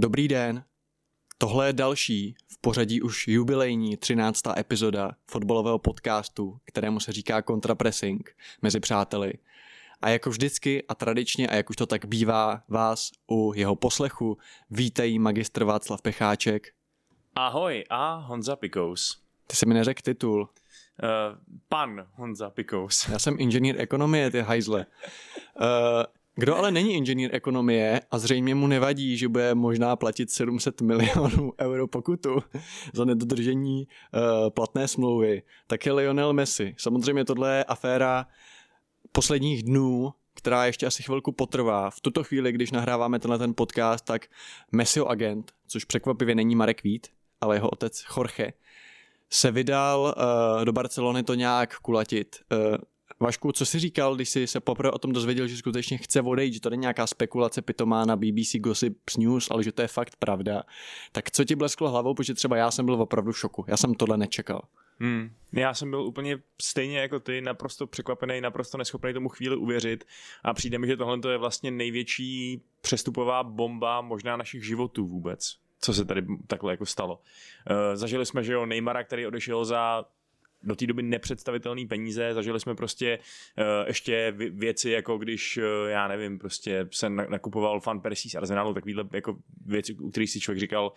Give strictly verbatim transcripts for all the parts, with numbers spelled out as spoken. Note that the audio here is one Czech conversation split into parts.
Dobrý den. Tohle je další v pořadí už jubilejní třináctá epizoda fotbalového podcastu, kterému se říká Kontrapressing mezi přáteli. A jako vždycky a tradičně, a jak už to tak bývá, vás u jeho poslechu vítají magistr Václav Pecháček. Ahoj a Honza Pikous. Ty jsi mi neřekl titul. Uh, pan Honza Pikous. Já jsem inženýr ekonomie, ty hajzle. Uh, Kdo ale není inženýr ekonomie a zřejmě mu nevadí, že bude možná platit sedm set milionů euro pokutu za nedodržení uh, platné smlouvy, tak je Lionel Messi. Samozřejmě tohle je aféra posledních dnů, která ještě asi chvilku potrvá. V tuto chvíli, když nahráváme tenhle ten podcast, tak Messiho agent, což překvapivě není Marek Vít, ale jeho otec Jorge, se vydal uh, do Barcelony to nějak kulatit. Uh, Vašku, co jsi říkal, když jsi se poprvé o tom dozvěděl, že skutečně chce odejít, že to není nějaká spekulace pitomá na B B C Gossip News, ale že to je fakt pravda. Tak co ti blesklo hlavou, protože třeba já jsem byl opravdu v šoku. Já jsem tohle nečekal. Hmm. Já jsem byl úplně stejně jako ty, naprosto překvapený, naprosto neschopný tomu chvíli uvěřit a přijde mi, že tohle je vlastně největší přestupová bomba možná našich životů vůbec, co se tady takhle jako stalo. Uh, zažili jsme, že jo, Neymara, který odešel za do té doby nepředstavitelné peníze, zažili jsme prostě uh, ještě věci, jako když, uh, já nevím, prostě se nakupoval Van Persie z Arsenalu, takovýhle jako věci, u kterých si člověk říkal,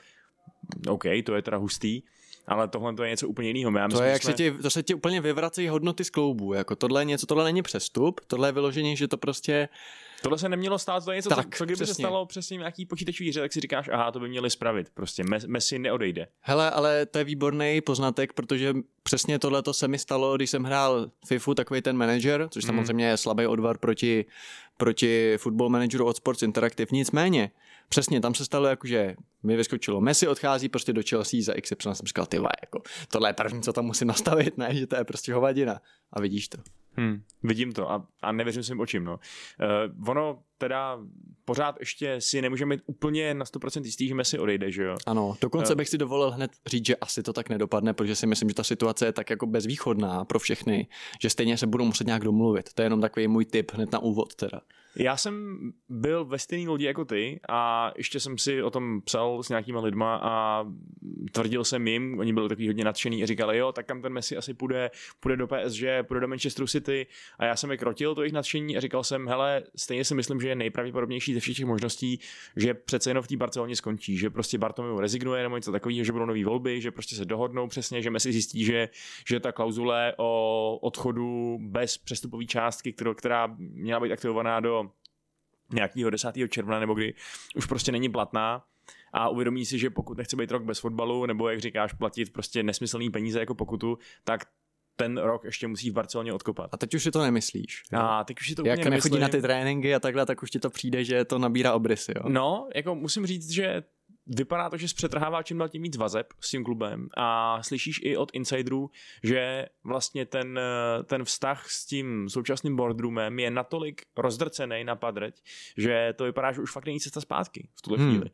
OK, to je teda hustý, ale tohle to je něco úplně jiného. Já to, je, jak jsme... se ti, to se ti úplně vyvracejí hodnoty z kloubů, jako tohle je něco, tohle není přestup, tohle je vyloženě, že to prostě... Tohle se nemělo stát, to je něco, tak, co, co kdyby přesně se stalo přesně nějaký počítačový hře, tak si říkáš, aha, to by měli spravit, prostě Messi neodejde. Hele, ale to je výborný poznatek, protože přesně tohleto se mi stalo, když jsem hrál FIFU, takový ten manager, což samozřejmě je slabý odvar proti, proti Football Manageru od Sports Interactive, nicméně, přesně tam se stalo, jakože mi vyskočilo, Messi odchází prostě do Chelsea za X Y, jsem říkal, ty vole, jako, tohle je první, co tam musím nastavit, ne, že to je prostě hovadina a vidíš to. Hmm, vidím to a, a nevěřím svým očím. No. Uh, ono teda pořád ještě si nemůžeme mít úplně na sto procent jistý, že Messi odejde, že jo? Ano, dokonce uh, bych si dovolil hned říct, že asi to tak nedopadne, protože si myslím, že ta situace je tak jako bezvýchodná pro všechny, že stejně se budou muset nějak domluvit. To je jenom takový můj tip hned na úvod teda. Já jsem byl ve stejné lodi jako ty a ještě jsem si o tom psal s nějakýma lidma a tvrdil jsem jim, oni byli takový hodně nadšený a říkali, jo, tak kam ten Messi asi půjde, půjde do P S G, půjde do Manchesteru City a já jsem je krotil to jejich nadšení a říkal jsem, hele, stejně si myslím, že je nejpravděpodobnější ze všech těch možností, že přece jenom v té Barceloně skončí, že prostě Bartomeu rezignuje nebo něco takového, že budou nový volby, že prostě se dohodnou přesně, že Messi zjistí, že, že ta klauzule o odchodu bez přestupové částky, kterou, která měla být aktivovaná do nějakého desátého června nebo kdy už prostě není platná a uvědomí si, že pokud nechce být rok bez fotbalu nebo jak říkáš platit prostě nesmyslný peníze jako pokutu, tak ten rok ještě musí v Barceloně odkopat. A teď už si to nemyslíš. Jo? A teď už si to jak úplně nechodí nemyslím. na ty tréninky a takhle, tak už ti to přijde, že to nabírá obrysy. Jo? No, jako musím říct, že vypadá to, že zpřetrhává čím dál tím víc vazeb s tím klubem a slyšíš i od insiderů, že vlastně ten, ten vztah s tím současným boardroomem je natolik rozdrcený na padreť, že to vypadá, že už fakt není cesta zpátky v tuto chvíli. Hmm.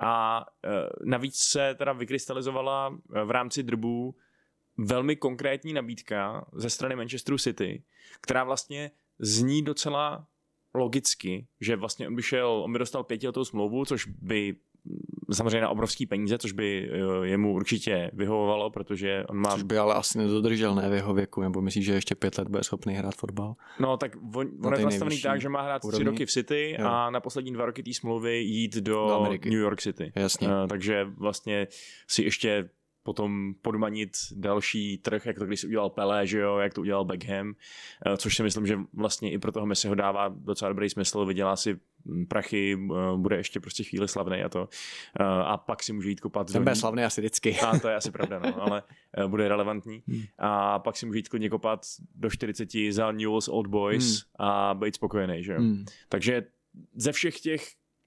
A navíc se teda vykrystalizovala v rámci drbů velmi konkrétní nabídka ze strany Manchesteru City, která vlastně zní docela logicky, že vlastně on by šel, on by dostal pětiletou smlouvu, což by samozřejmě na obrovský peníze, což by jemu určitě vyhovovalo, protože on má... Což by ale asi nedodržel, ne v jeho věku, nebo myslíš, že ještě pět let bude schopný hrát fotbal? No tak on, on je nastavený tak, že má hrát úrovni. tři roky v City jo. a na poslední dva roky té smlouvy jít do, do New York City. Jasně. Uh, takže vlastně si ještě potom podmanit další trh, jak to když udělal Pelé, že jo, jak to udělal Beckham, což si myslím, že vlastně i pro toho Messiho dává docela dobrý smysl, vydělá si prachy, bude ještě prostě chvíli slavnej a to. A pak si může jít kopat. Bude slavný asi vždycky. A to je asi pravda, no, ale bude relevantní. Hmm. A pak si může jít klidně kopat do čtyřiceti za Newell's Old Boys hmm. a být spokojený, že jo. Hmm. Takže ze všech těch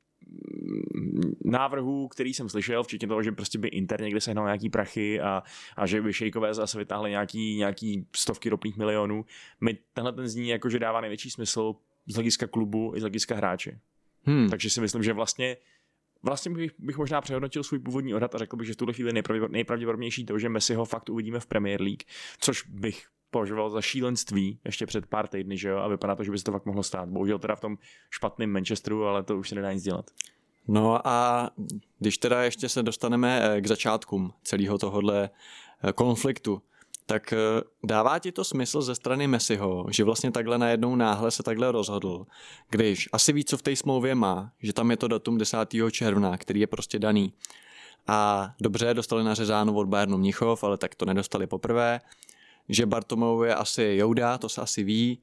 návrhů, který jsem slyšel, včetně toho, že prostě by Inter někde sehnal nějaký prachy a, a že by šejkové zase vytáhli nějaký, nějaký stovky ropných milionů, mi tenhle ten zní jako, že dává největší smysl z hlediska klubu i z hlediska hráče. Hmm. Takže si myslím, že vlastně Vlastně bych, bych možná přehodnotil svůj původní odhad a řekl bych, že v tuhle chvíli nejpravděpodobnější to, že Messiho fakt uvidíme v Premier League, což bych považoval za šílenství ještě před pár týdny, že jo, a vypadá to, že by se to fakt mohlo stát. Bohužel teda v tom špatném Manchesteru, ale to už se nedá nic dělat. No a když teda ještě se dostaneme k začátkům celého tohohle konfliktu, tak dává ti to smysl ze strany Messiho, že vlastně takhle najednou náhle se takhle rozhodl, když asi ví, co v té smlouvě má, že tam je to datum desátého června, který je prostě daný. A dobře, dostali nařezáno od Bayernu Mnichov, ale tak to nedostali poprvé, že Bartomeu je asi Jouda, to se asi ví.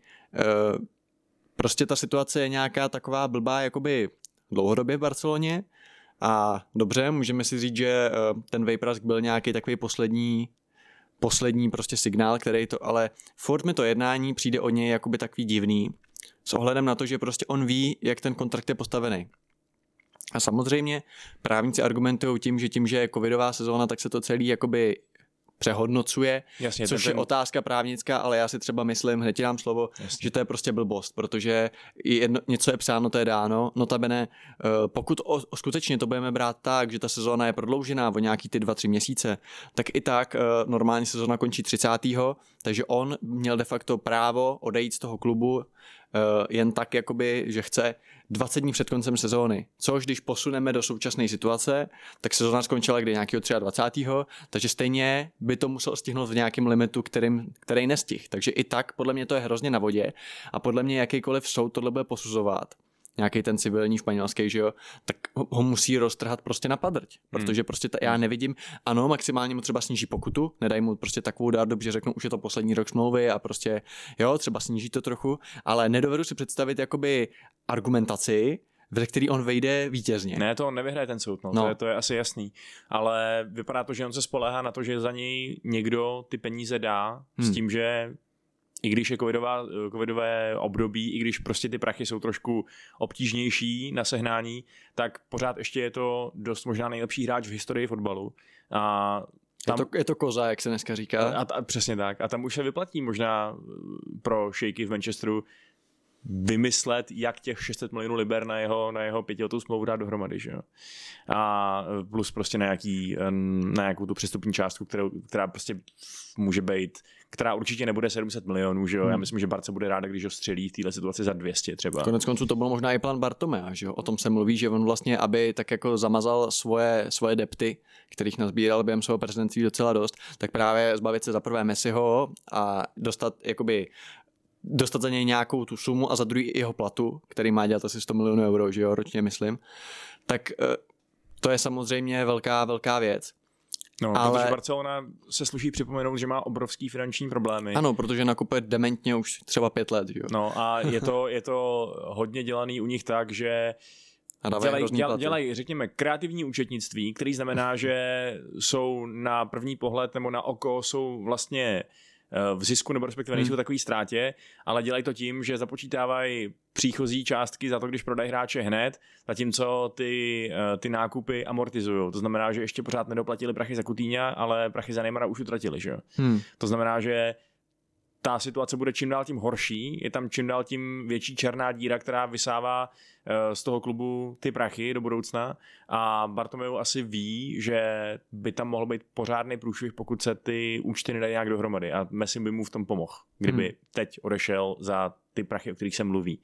Prostě ta situace je nějaká taková blbá jakoby dlouhodobě v Barceloně a dobře, můžeme si říct, že ten Vejprask byl nějaký takový poslední poslední prostě signál, který to, ale furt mi to jednání přijde od něj jakoby takový divný, s ohledem na to, že prostě on ví, jak ten kontrakt je postavený. A samozřejmě právníci argumentují tím, že tím, že je covidová sezóna, tak se to celý jakoby přehodnocuje, Jasně, což ten, je otázka právnická, ale já si třeba myslím, hned ti dám slovo, Jasně. že to je prostě blbost, protože jedno, něco je psáno, to je dáno, notabene, pokud o, o skutečně to budeme brát tak, že ta sezóna je prodloužená o nějaký ty dva, tři měsíce, tak i tak normální sezóna končí třicátého takže on měl de facto právo odejít z toho klubu jen tak, jakoby, že chce dvacet dní před koncem sezóny. Což když posuneme do současné situace, tak sezóna skončila kdy nějakého dvacátého třetího takže stejně by to musel stihnout v nějakém limitu, kterým, který nestih. Takže i tak podle mě to je hrozně na vodě a podle mě jakýkoliv soud tohle bude posuzovat, nějaký ten civilní španělský, že jo, tak ho musí roztrhat prostě na padrť, protože prostě ta, já nevidím, ano, maximálně mu třeba sníží pokutu, nedají mu prostě takovou dát, dobře řeknou, už je to poslední rok smlouvy a prostě, jo, třeba sníží to trochu, ale nedovedu si představit jakoby argumentaci, ve který on vejde vítězně. Ne, to on nevyhraje ten soud, no, no. To, je, to je asi jasný, ale vypadá to, že on se spoléhá na to, že za něj někdo ty peníze dá hmm. s tím, že i když je covidová, covidové období, i když prostě ty prachy jsou trošku obtížnější na sehnání, tak pořád ještě je to dost možná nejlepší hráč v historii fotbalu. A tam, je, to, je to koza, jak se dneska říká. A, a, přesně tak. A tam už se vyplatí možná pro šejky v Manchesteru vymyslet, jak těch šest set milionů liber na jeho, na jeho pětiletou smlouvu dát dohromady, že jo. A plus prostě na, jaký, na nějakou tu přestupní částku, kterou, která prostě může být, která určitě nebude sedm set milionů, že jo. Hmm. Já myslím, že Barca bude ráda, když ho střelí v téhle situaci za dvě stě třeba. Konec konců to byl možná i plán Bartomea, že jo. O tom se mluví, že on vlastně, aby tak jako zamazal svoje, svoje depty, kterých nazbíral během svého prezidentství docela dost, tak právě zbavit se za prvé Messiho a dostat jakoby dostat za něj nějakou tu sumu a za druhý jeho platu, který má dělat asi sto milionů euro, že jo, ročně myslím, tak to je samozřejmě velká, velká věc. No, ale... protože Barcelona se sluší připomenout, že má obrovský finanční problémy. Ano, protože nakupuje dementně už třeba pět let, že jo. No a je to, je to hodně dělaný u nich tak, že dělají, dělaj, dělaj, řekněme, kreativní účetnictví, který znamená, že jsou na první pohled nebo na oko jsou vlastně v zisku, nebo respektive nejsou hmm. takový ztrátě, ale dělají to tím, že započítávají příchozí částky za to, když prodají hráče hned, zatímco ty, ty nákupy amortizují. To znamená, že ještě pořád nedoplatili prachy za Coutinha, ale prachy za Neymara už utratili. Že? Hmm. To znamená, že ta situace bude čím dál tím horší, je tam čím dál tím větší černá díra, která vysává z toho klubu ty prachy do budoucna a Bartomeu asi ví, že by tam mohl být pořádný průšvih, pokud se ty účty nedají nějak dohromady a Messi by mu v tom pomohl, kdyby hmm. teď odešel za ty prachy, o kterých se mluví.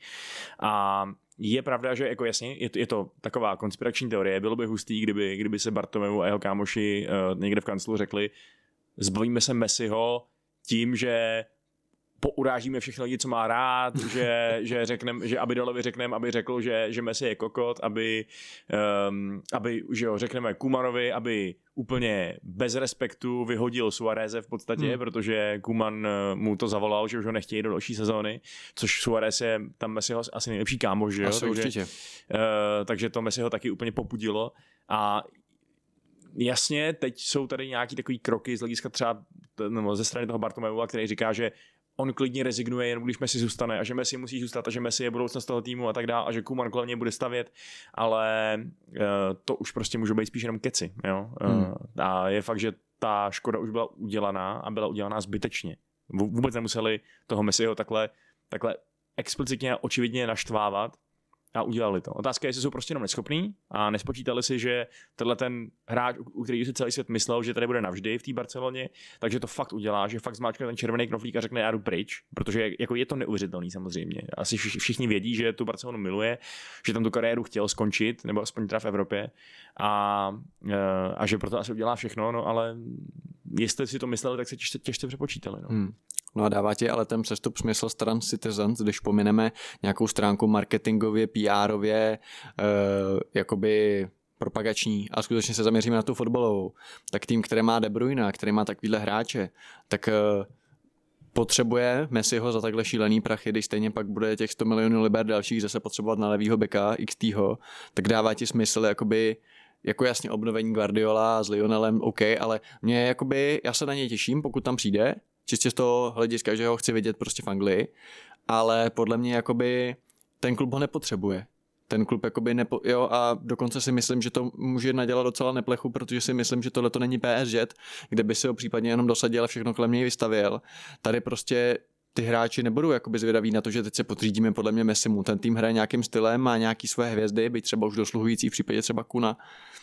A je pravda, že jako jasně, je to, je to taková konspirační teorie, bylo by hustý, kdyby, kdyby se Bartomeu a jeho kámoši uh, někde v kanclu řekli, zbavíme se Messiho tím, že pourážíme všechny lidi, co má rád, že, že, řeknem, že Abidalovi řekneme, aby řekl, že, že Messi je kokot, aby, um, aby že jo, řekneme Kumanovi, aby úplně bez respektu vyhodil Suareze v podstatě, hmm. protože Kuman mu to zavolal, že už ho nechtějí do další sezóny, což Suarez je tam Messiho asi nejlepší kámoš, že jo? Asi takže, určitě. Uh, takže to Messiho taky úplně popudilo a jasně, teď jsou tady nějaký takový kroky z hlediska třeba no, ze strany toho Bartomeua, který říká, že on klidně rezignuje, jen když Messi zůstane a že Messi musí zůstat a že Messi je budoucnost toho týmu a tak dále a že Koeman kolem něj bude stavět, ale uh, to už prostě můžou být spíš jenom keci. Jo? Hmm. Uh, a je fakt, že ta škoda už byla udělaná a byla udělaná zbytečně. Vůbec nemuseli toho Messiho takhle, takhle explicitně a očividně naštvávat a udělali to. Otázka je, jestli jsou prostě jenom neschopní a nespočítali si, že tenhle ten hráč, u kterého si celý svět myslel, že tady bude navždy v té Barceloně, takže to fakt udělá, že fakt zmáčkne ten červený knoflík a řekne já jdu pryč, protože jako je to neuvěřitelný samozřejmě. Asi všichni vědí, že tu Barcelonu miluje, že tam tu kariéru chtěl skončit, nebo aspoň teda v Evropě a, a že proto asi udělá všechno, no ale jestli si to mysleli, tak se těžce, těžce přepočítali. No. Hmm. No a dává ti ale ten přestup smysl stran Citizens, když pomineme nějakou stránku marketingově, P R-ově, uh, jakoby propagační a skutečně se zaměříme na tu fotbalovou, tak tým, který má De Bruyne, který má takovýhle hráče, tak uh, potřebuje Messiho za takhle šílený prachy, když stejně pak bude těch sto milionů liber dalších zase potřebovat na levýho beka X T, tak dává ti smysl jakoby jako jasně obnovení Guardiola s Lionelem, OK, ale mě jakoby, já se na něj těším, pokud tam přijde, čistě z toho hlediska, že ho chci vidět prostě v Anglii, ale podle mě jakoby ten klub ho nepotřebuje. Ten klub jakoby nepo, jo, a dokonce si myslím, že to může nadělat docela neplechu, protože si myslím, že tohle to není P S G, kde by si ho případně jenom dosadil a všechno kolem něj vystavěl. Tady prostě ty hráči nebudou jakoby zvědaví na to, že teď se podřídíme podle mě Messimu. Ten tým hraje nějakým stylem, má nějaký své hvězdy, byť třeba už dosluhující v případě třeba Kuna.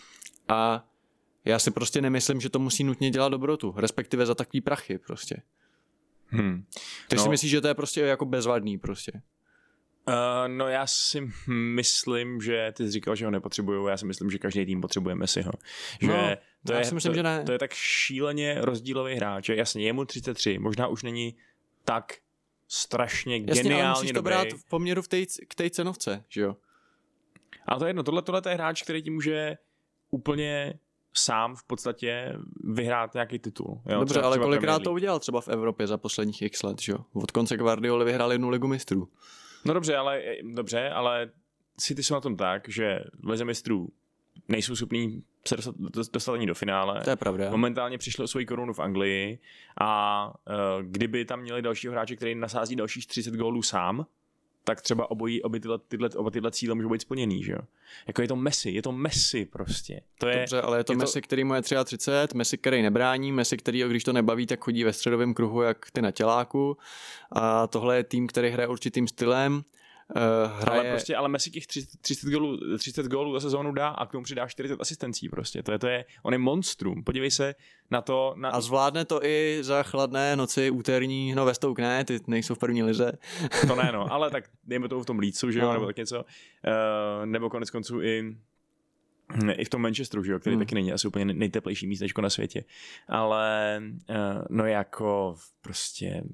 A já si prostě nemyslím, že to musí nutně dělat dobrotu, respektive za takový prachy prostě. Hmm. Ty no. si myslíš, že to je prostě jako bezvadný prostě? Uh, no já si myslím, že ty jsi říkal, že ho nepotřebujou, já si myslím, že každý tým potřebuje Messiho. Že no, to já je, si myslím, to, že ne. To je tak šíleně rozdílový hráč. Jasně, je mu třicet tři, možná už není tak strašně Jasně, geniálně ale musíš to dobrý. brát v poměru v té, k té cenovce, že jo? Ale to je jedno, tohle, tohle je hráč, který ti může úplně sám v podstatě vyhrát nějaký titul. Jo? Dobře, třeba, ale třeba kolikrát to udělal třeba v Evropě za posledních x let, že jo? Od konce Guardioli vyhrál jednu ligu mistrů. No dobře, ale, dobře, ale City jsou na tom tak, že v lize mistrů nejsou schopní se dostat, dostat ani do finále. To je pravda. Momentálně přišli o svoji korunu v Anglii a uh, kdyby tam měli dalšího hráče, který nasází dalších třicet gólů sám, tak třeba obojí, oba tyhle, tyhle, oba tyhle cíle můžou být splněný, že jo? Jako je to Messi, je to Messi prostě. To je, Dobře, ale je to je Messi, to... který mu je třicet tři, Messi, který nebrání, Messi, který, když to nebaví, tak chodí ve středovém kruhu, jak ty na těláku. A tohle je tým, který hraje určitým stylem. Uh, hraje... Ale prostě, ale Messi těch třicet, třicet gólů, třicet gólů za sezónu dá a k tomu přidá čtyřicet asistencí prostě. To je, to je, on je monstrum. Podívej se na to. Na... A zvládne to i za chladné noci úterní, no ve Stoke ne, ty nejsou v první lize. To ne, no, ale tak dejme to v tom Leedsu, že jo, no. nebo tak něco. Uh, nebo konec konců i i v tom Manchesteru, že jo, který hmm. taky není asi úplně nejteplejší místečko na světě. Ale uh, no jako prostě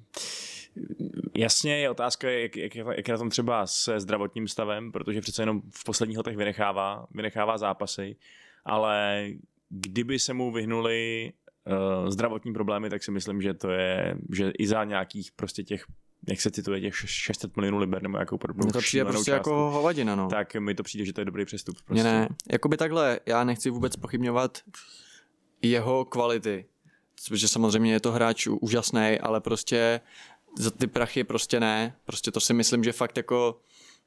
jasně je otázka, jak, jak, jak je na tom třeba se zdravotním stavem, protože přece jenom v posledních letech vynechává, vynechává zápasy, ale kdyby se mu vyhnuli uh, zdravotní problémy, tak si myslím, že to je, že i za nějakých prostě těch, jak se cituje, těch šest set milionů liber nebo jakou Mně to přijde prostě částku, jako hovadina, no. Tak mi to přijde, že to je dobrý přestup. Prostě. Mně ne, jakoby takhle, já nechci vůbec pochybňovat jeho kvality, protože samozřejmě je to hráč úžasný, ale prostě za ty prachy prostě ne, prostě to si myslím, že fakt jako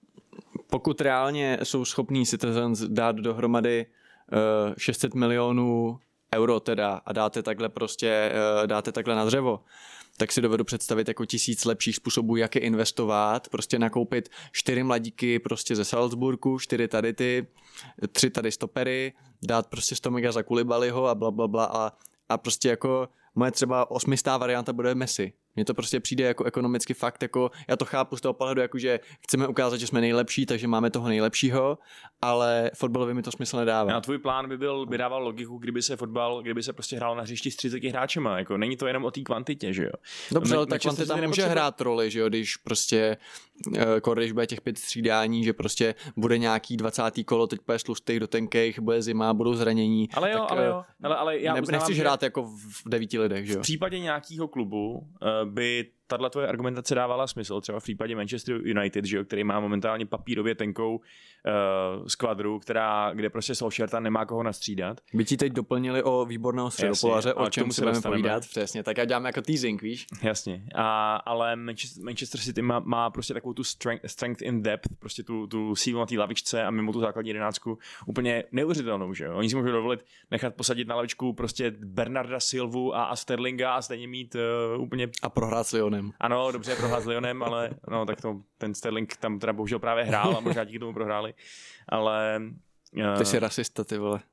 pokud reálně jsou schopní Citizens dát dohromady uh, šest set milionů euro teda a dáte takhle prostě, uh, dáte takhle na dřevo, tak si dovedu představit jako tisíc lepších způsobů, jak je investovat, prostě nakoupit čtyři mladíky prostě ze Salzburgu, čtyři tady ty, tři tady stopery, dát prostě sto mega za Koulibalyho a bla, bla, bla a, a prostě jako moje třeba osmistá varianta bude Messi. Mně to prostě přijde jako ekonomicky fakt, jako já to chápu z toho pohledu, jako že chceme ukázat, že jsme nejlepší, takže máme toho nejlepšího, ale fotbalově mi to smysl nedává. A tvůj plán by byl, by dával logiku, kdyby se fotbal, kdyby se prostě hrál na hřišti s třiceti hráčema, jako není to jenom o té kvantitě, že jo. Dobře, ale ta kvantita může nepotřeba... hrát roli, že jo, když prostě když bude těch pět střídání, že prostě bude nějaký dvacátý kolo, teď půjde tlustých do tenkejch, bude zima, budou zranění. Ale jo, tak, ale jo, ale, ale já ne, uznávám, nechceš že... hrát jako v devíti lidech, že jo. V případě nějakého klubu by tahle tvoje argumentace dávala smysl, třeba v případě Manchester United, že jo, který má momentálně papírově tenkou uh, skvadru, která, kde prostě Solskjaer tam nemá koho nastřídat. By ti teď doplnili o výborného středopolaře, o čem si budeme povídat, přesně, tak já dělám jako teasing, víš? Jasně, a, ale Manchester, Manchester City má, má prostě takovou tu strength, strength in depth, prostě tu, tu sílu na té lavičce a mimo tu základní jedenáctku úplně neuvěřitelnou, že jo. Oni si můžou dovolit nechat posadit na lavičku prostě Bernarda Silvu a, a Sterlinga a stejně mít uh, úplně... A prohrát s Lyonem. Lyonem. Ano, dobře prohrál s Lyonem, ale no, tak to, ten Sterling tam teda bohužel právě hrál a možná díky tomu prohráli. Ale... Uh, Ty jsi rasista, ty vole.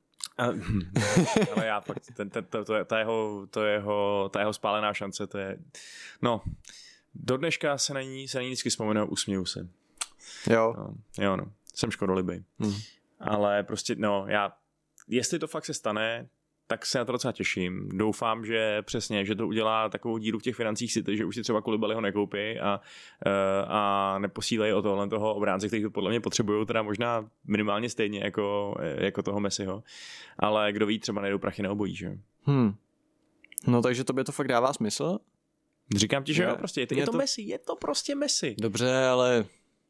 Ale já fakt, ten, ten, to, to, ta, jeho, to jeho, ta jeho spálená šance, to je... No, do dneška se na ní, se na ní vždycky vzpomenu, usměju se. Jo. No, jo, no. Jsem škodolibý. Hmm. Ale prostě, no, já... Jestli to fakt se stane, tak se na to docela těším. Doufám, že přesně, že to udělá takovou díru v těch financích City, že už si třeba Koulibaly ho nekoupí a, a neposílejí o tohle toho obránce, který to podle mě potřebují, teda možná minimálně stejně jako, jako toho Messiho. Ale kdo ví, třeba nejdou prachy na obojí, že? Hmm. No takže tobě to fakt dává smysl? Říkám ti, že je, jo, prostě je to, je to, to Messi, je to prostě Messi. Dobře, ale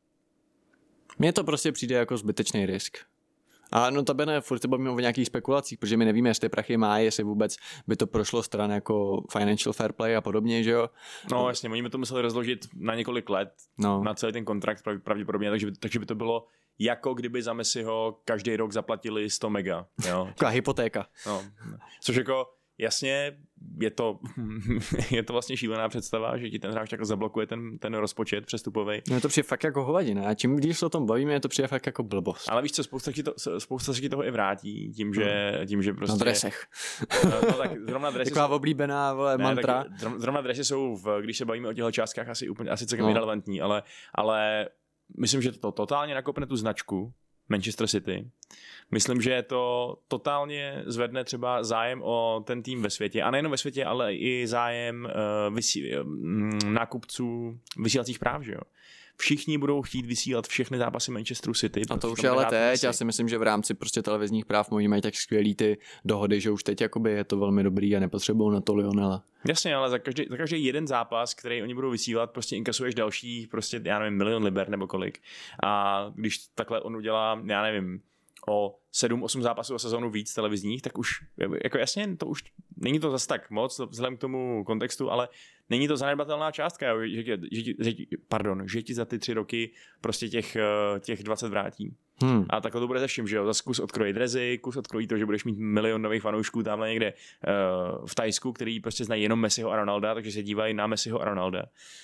mně to prostě přijde jako zbytečný risk. A no tebe ne, furt se bavíme o nějakých spekulacích, protože my nevíme, jestli prachy má, jestli vůbec by to prošlo stran jako financial fair play a podobně, že jo? No jasně, oni by to museli rozložit na několik let, no. Na celý ten kontrakt pravděpodobně, takže by, takže by to bylo jako kdyby za Messiho každý rok zaplatili sto mega, jo? Taková hypotéka. No, což jako jasně, je to, je to vlastně šílená představa, že ti ten hráč jako zablokuje ten, ten rozpočet přestupový. No je to přijde fakt jako hovadina a čím když se o tom bavíme, je to přijde fakt jako blbost. Ale víš co, spousta ti, to, spousta se ti toho i vrátí, tím, že, hmm. tím, že prostě... Na dresech. No, no tak zrovna dresy taková jsou... oblíbená vole, ne, mantra. Tak, zrovna dresy jsou, v, když se bavíme o těchto částkách, asi úplně, asi celkem no. irrelevantní, ale, ale myslím, že to totálně nakopne tu značku Manchester City. Myslím, že to totálně zvedne třeba zájem o ten tým ve světě. A nejen ve světě, ale i zájem uh, vysí, uh, nákupců vysílacích práv, že jo. Všichni budou chtít vysílat všechny zápasy Manchesteru City. A to už je ale teď. Já si myslím, že v rámci prostě televizních práv oni mají tak skvělý ty dohody, že už teď jakoby je to velmi dobrý a nepotřebují na to Lionela. Jasně, ale za každý, za každý jeden zápas, který oni budou vysílat, prostě inkasuješ další, prostě já nevím, milion liber nebo kolik. A když takhle on udělá, já nevím, o sedm osm zápasů o sezónu víc televizních, tak už, jako jasně, to už není to zas tak moc vzhledem k tomu kontextu, ale není to zanedbatelná částka, že, že, že, že, pardon, že ti za ty tři roky prostě těch, těch dvacet vrátí. Hmm. A takhle to bude se vším, že jo, zase kus odkrojí drezy, kus odkrojí to, že budeš mít milion nových fanoušků tamhle někde uh, v Thajsku, který prostě znají jenom Messiho a Ronalda, takže se dívají na Messiho a Ronalda.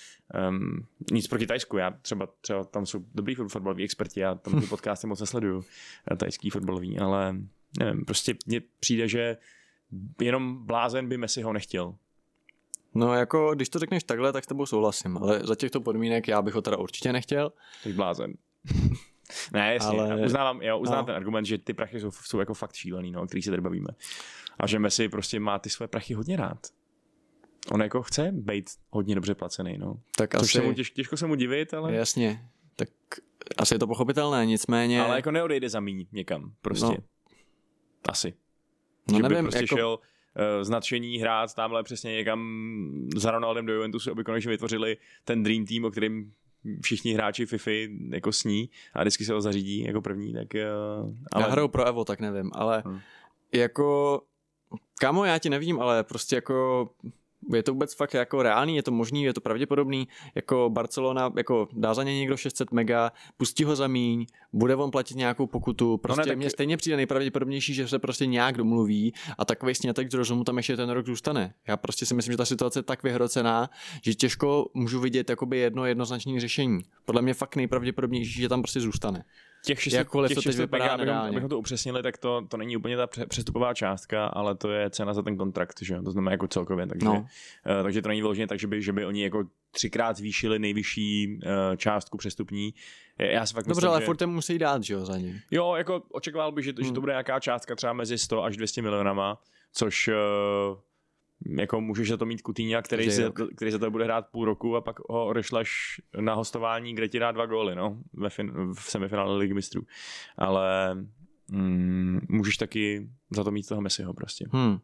Um, nic proti Thajsku, já třeba, třeba tam jsou dobrý fotbaloví experti, já tam ty podcasty moc nesleduju, thajský fotbalový, ale nevím, prostě mně přijde, že jenom blázen by Messiho nechtěl. No jako, když to řekneš takhle, tak s tebou souhlasím, ale za těchto podmínek já bych ho teda určitě nechtěl. Tak blázen. Ne, jasně, ale... uznávám, já uznávám no. ten argument, že ty prachy jsou, jsou jako fakt šílený, no, o kterých se tady bavíme. A že Messi prostě má ty své prachy hodně rád. On jako chce být hodně dobře placený, no. Tak Což asi... se mu těž, těžko se mu divit, ale... Jasně, tak asi je to pochopitelné, nicméně... Ale jako neodejde za míň někam, prostě. No. Asi. No že nevím, by prostě jako... šel uh, z nadšení hrát tamhle přesně někam za Ronaldem do Juventusu, aby konečně vytvořili ten dream team, o kterým všichni hráči FIFA jako sní a vždycky se ho zařídí jako první, tak... Uh, ale... Já hraju pro Evo, tak nevím, ale hmm. jako... Kámo, já ti nevím, ale prostě jako... Je to vůbec fakt jako reálný, je to možný, je to pravděpodobný, jako Barcelona, jako dá za ně někdo šest set mega, pustí ho za míň, bude on platit nějakou pokutu, prostě no ne, tak... mně stejně přijde nejpravděpodobnější, že se prostě nějak domluví a takovej snětek z rozumu tam ještě ten rok zůstane. Já prostě si myslím, že ta situace je tak vyhrocená, že těžko můžu vidět jakoby jedno jednoznačné řešení. Podle mě fakt nejpravděpodobnější, že tam prostě zůstane. Těch šest set mega, abychom, abychom to upřesnili, tak to, to není úplně ta přestupová částka, ale to je cena za ten kontrakt, že? To znamená jako celkově, takže, no. uh, takže to není vyloženě tak, že by, že by oni jako třikrát zvýšili nejvyšší uh, částku přestupní. Já si fakt Dobře, myslím, ale že... furt musí dát, že jo, za ně. Jo, jako očekával bych, že, hmm. že to bude nějaká částka třeba mezi sto až dvě stě milionama, což... Uh, jako můžeš za to mít Coutinha, který se, který se to bude hrát půl roku a pak ho odešleš na hostování, kde ti dá dva góly, no, ve fin- v semifinále Ligy mistrů. Ale mm, můžeš taky za to mít toho Messiho prostě. Hmm.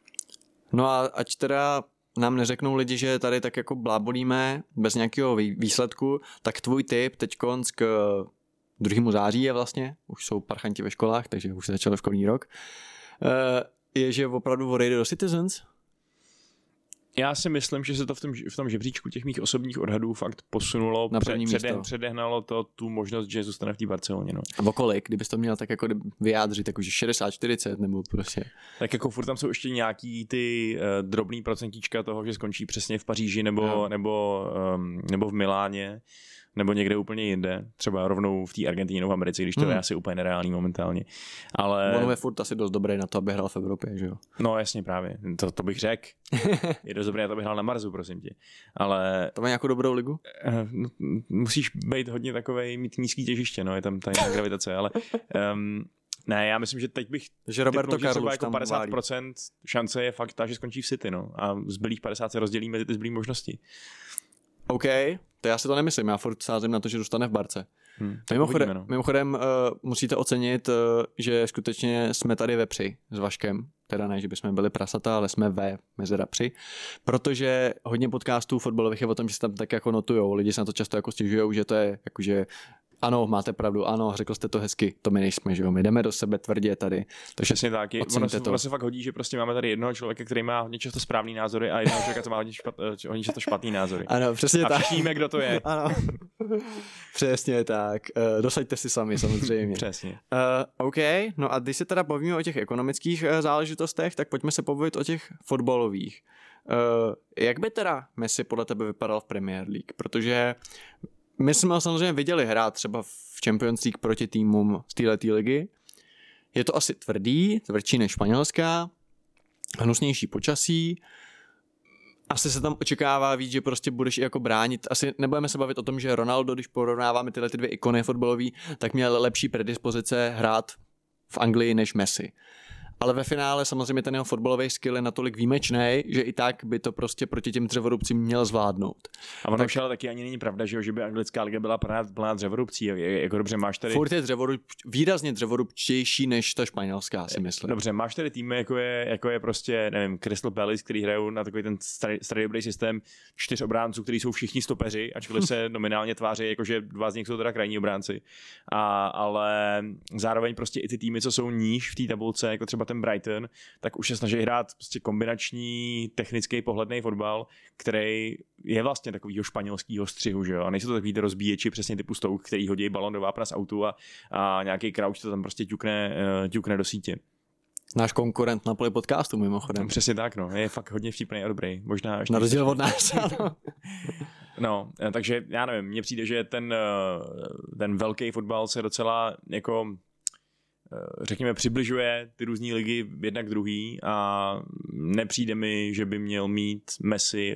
No a ať teda nám neřeknou lidi, že tady tak jako blábolíme bez nějakého výsledku, tak tvůj tip teďkonc k druhému září je vlastně, už jsou parchanti ve školách, takže už se začal školní rok, je, že opravdu odejde do Citizens? Já si myslím, že se to v tom, v tom žebříčku těch mých osobních odhadů fakt posunulo, na první před, místo. Předehnalo to tu možnost, že zůstane v té Barceloně. No. A o kolik, kdybys to měl tak jako vyjádřit, jako že šedesát čtyřicet nebo prostě. Tak jako furt tam jsou ještě nějaký ty uh, drobný procentíčka toho, že skončí přesně v Paříži nebo, no. nebo, um, nebo v Miláně, nebo někde úplně jinde, třeba rovnou v té Argentině nebo v Americe, když to hmm. je asi úplně nereálný momentálně. Ale... On je furt asi dost dobrý na to, aby hrál v Evropě, že jo? No jasně právě, to, to bych řekl. Je dost dobrý na to, aby hrál na Marsu, prosím tě. Ale... To má nějakou dobrou ligu? Uh, musíš být hodně takovej, mít nízký těžiště, no, je tam ta gravitace, ale... Um, ne, já myslím, že teď bych že Roberto typnul, že Carlos jako padesát procent šance je fakt ta, že skončí v City, no. A zbylých padesát se rozdělí mezi ty zbylý možnosti. OK, to já si to nemyslím, já furt sázím na to, že zůstane v Barce. Hmm, mimochodem, uvidíme, no. mimochodem uh, musíte ocenit, uh, že skutečně jsme tady vepři s Vaškem, teda ne, že bychom byli prasata, ale jsme ve mezi rapři, protože hodně podcastů fotbalových je o tom, že se tam tak jako notujou, lidi se na to často jako stěžujou, že to je jakože ano, máte pravdu, ano, řekl jste to hezky, to my nejsme, že jo, my jdeme do sebe tvrdě tady. Takže přesně tak, je, ono, se, ono se fakt hodí, že prostě máme tady jednoho člověka, který má hodně často správný názory a jednoho člověka, co má hodně, špat, hodně často špatný názory. Ano, přesně a tak. A všichni víme, kdo to je. Ano, přesně tak. Uh, dosaďte si sami, samozřejmě. Přesně. Uh, OK, no a když se teda bavíme o těch ekonomických uh, záležitostech, tak pojďme se pobavit o těch fotbalových. Uh, jak by teda Messi podle tebe vypadal v Premier League? Protože my jsme ho samozřejmě viděli hrát třeba v Champions League proti týmům z této ligy. Je to asi tvrdý, tvrdší než španělská, hnusnější počasí. Asi se tam očekává víc, že prostě budeš i jako bránit. Asi nebudeme se bavit o tom, že Ronaldo, když porovnáváme tyhle ty dvě ikony fotbalový, tak měl lepší predispozice hrát v Anglii než Messi. Ale ve finále samozřejmě ten jeho fotbalový skill je natolik výjimečný, že i tak by to prostě proti těm dřevorubcím měl zvládnout. A ono tak... už ale taky ani není pravda, že, že by anglická liga byla plná dřevorubcí. Jako dobře, máš tady... Furt je dřevorub, výrazně dřevorubčtější než ta španělská, si myslím. Dobře, máš tady týmy, jako je, jako je prostě, nevím, Crystal Palace, který hrajou na takový ten starý, starý dobrý systém čtyř obránců, který jsou všichni stopeři, ačkoliv se nominálně tváří, jakože dva z nich jsou teda krajní obránci. A, ale zároveň prostě i ty týmy, co jsou níž v té tabulce, jako třeba ten Brighton, tak už se snaží hrát prostě kombinační technický pohledný fotbal, který je vlastně takovýho španělského střihu, že jo? A nejsou to takový rozbíječi přesně typu Stoke, který hodí balon do vápna z autu a, a nějaký Crouch to tam prostě ťukne, uh, ťukne do sítě. Náš konkurent na poli podcastu mimochodem. Přesně tak, no. Je fakt hodně vtipný a dobrý. Možná ještě na rozdíl od nás, ano. No, takže já nevím, mně přijde, že ten, ten velký fotbal se docela jako řekněme přibližuje ty různé ligy jedna k druhý a nepřijde mi, že by měl mít Messi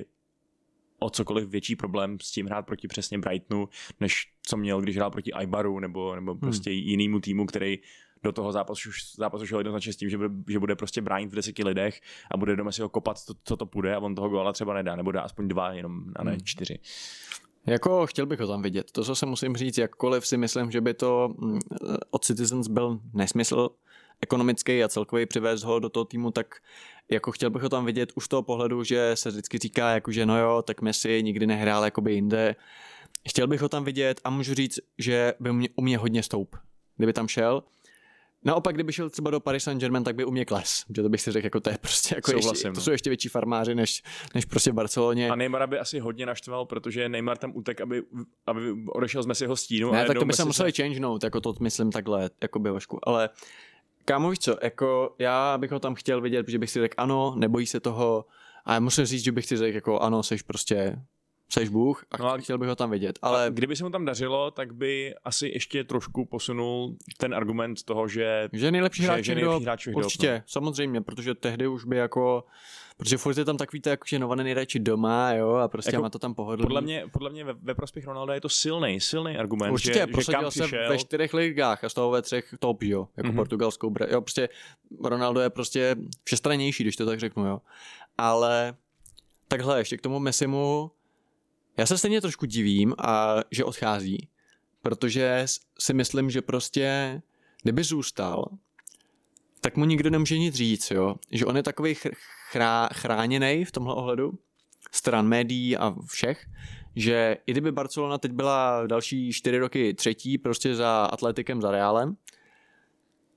o cokoliv větší problém s tím hrát proti přesně Brightonu, než co měl, když hrál proti Eibaru nebo, nebo prostě hmm. jinému týmu, který do toho zápasu, zápasu šel jednoznačně s tím, že bude, že bude prostě bránit v deseti lidech a bude do Messiho kopat, to, co to půjde a on toho góla třeba nedá, nebo dá aspoň dva jenom a ne hmm. čtyři. Jako chtěl bych ho tam vidět. To, co se musím říct, jakkoliv si myslím, že by to od Citizens byl nesmysl ekonomický a celkový přivést ho do toho týmu, tak jako chtěl bych ho tam vidět už z toho pohledu, že se vždycky říká, jako, že no jo, tak Messi nikdy nehrál jakoby jinde. Chtěl bych ho tam vidět a můžu říct, že by mě, u mě hodně stoup, kdyby tam šel. Naopak, kdyby šel třeba do Paris Saint-Germain, tak by u mě kles. Že to bych si řekl, jako to je prostě jako ještě, to jsou ještě větší farmáři, než, než prostě v Barceloně. A Neymara by asi hodně naštval, protože Neymar tam utek, aby, aby odešel z Messiho stínu. Ne, tak to by se museli se... changenout, jako to myslím takhle, jako by Vašku. Ale kámo, víš co, jako já bych ho tam chtěl vidět, protože bych si řekl ano, nebojí se toho. A já musím říct, že bych si řekl jako ano, seš prostě seš Bůh a, no a chtěl bych ho tam vidět. Ale kdyby se mu tam dařilo, tak by asi ještě trošku posunul ten argument toho, že že nejlepší hráč do určitě, no. Samozřejmě, protože tehdy už by jako protože furt je tam takový to, jako, že Nova nejradši doma, jo, a prostě jako, má to tam pohodlný. Podle mě, podle mě ve, ve prospěch Ronalda je to silný, silný argument. Určitě, že, prosadil že se ve čtyřech ligách a z toho ve třech top, jo, jako mm-hmm. portugalskou, jo, prostě Ronaldo je prostě všestrannější, když to tak řeknu, jo. Ale takhle, ještě k tomu Messimu, já se stejně trošku divím, a že odchází, protože si myslím, že prostě, kdyby zůstal, tak mu nikdo nemůže nic říct, jo. Že on je takovej chrá, chráněnej v tomhle ohledu, stran médií a všech, že i kdyby Barcelona teď byla další čtyři roky třetí, prostě za Atletikem, za Realem,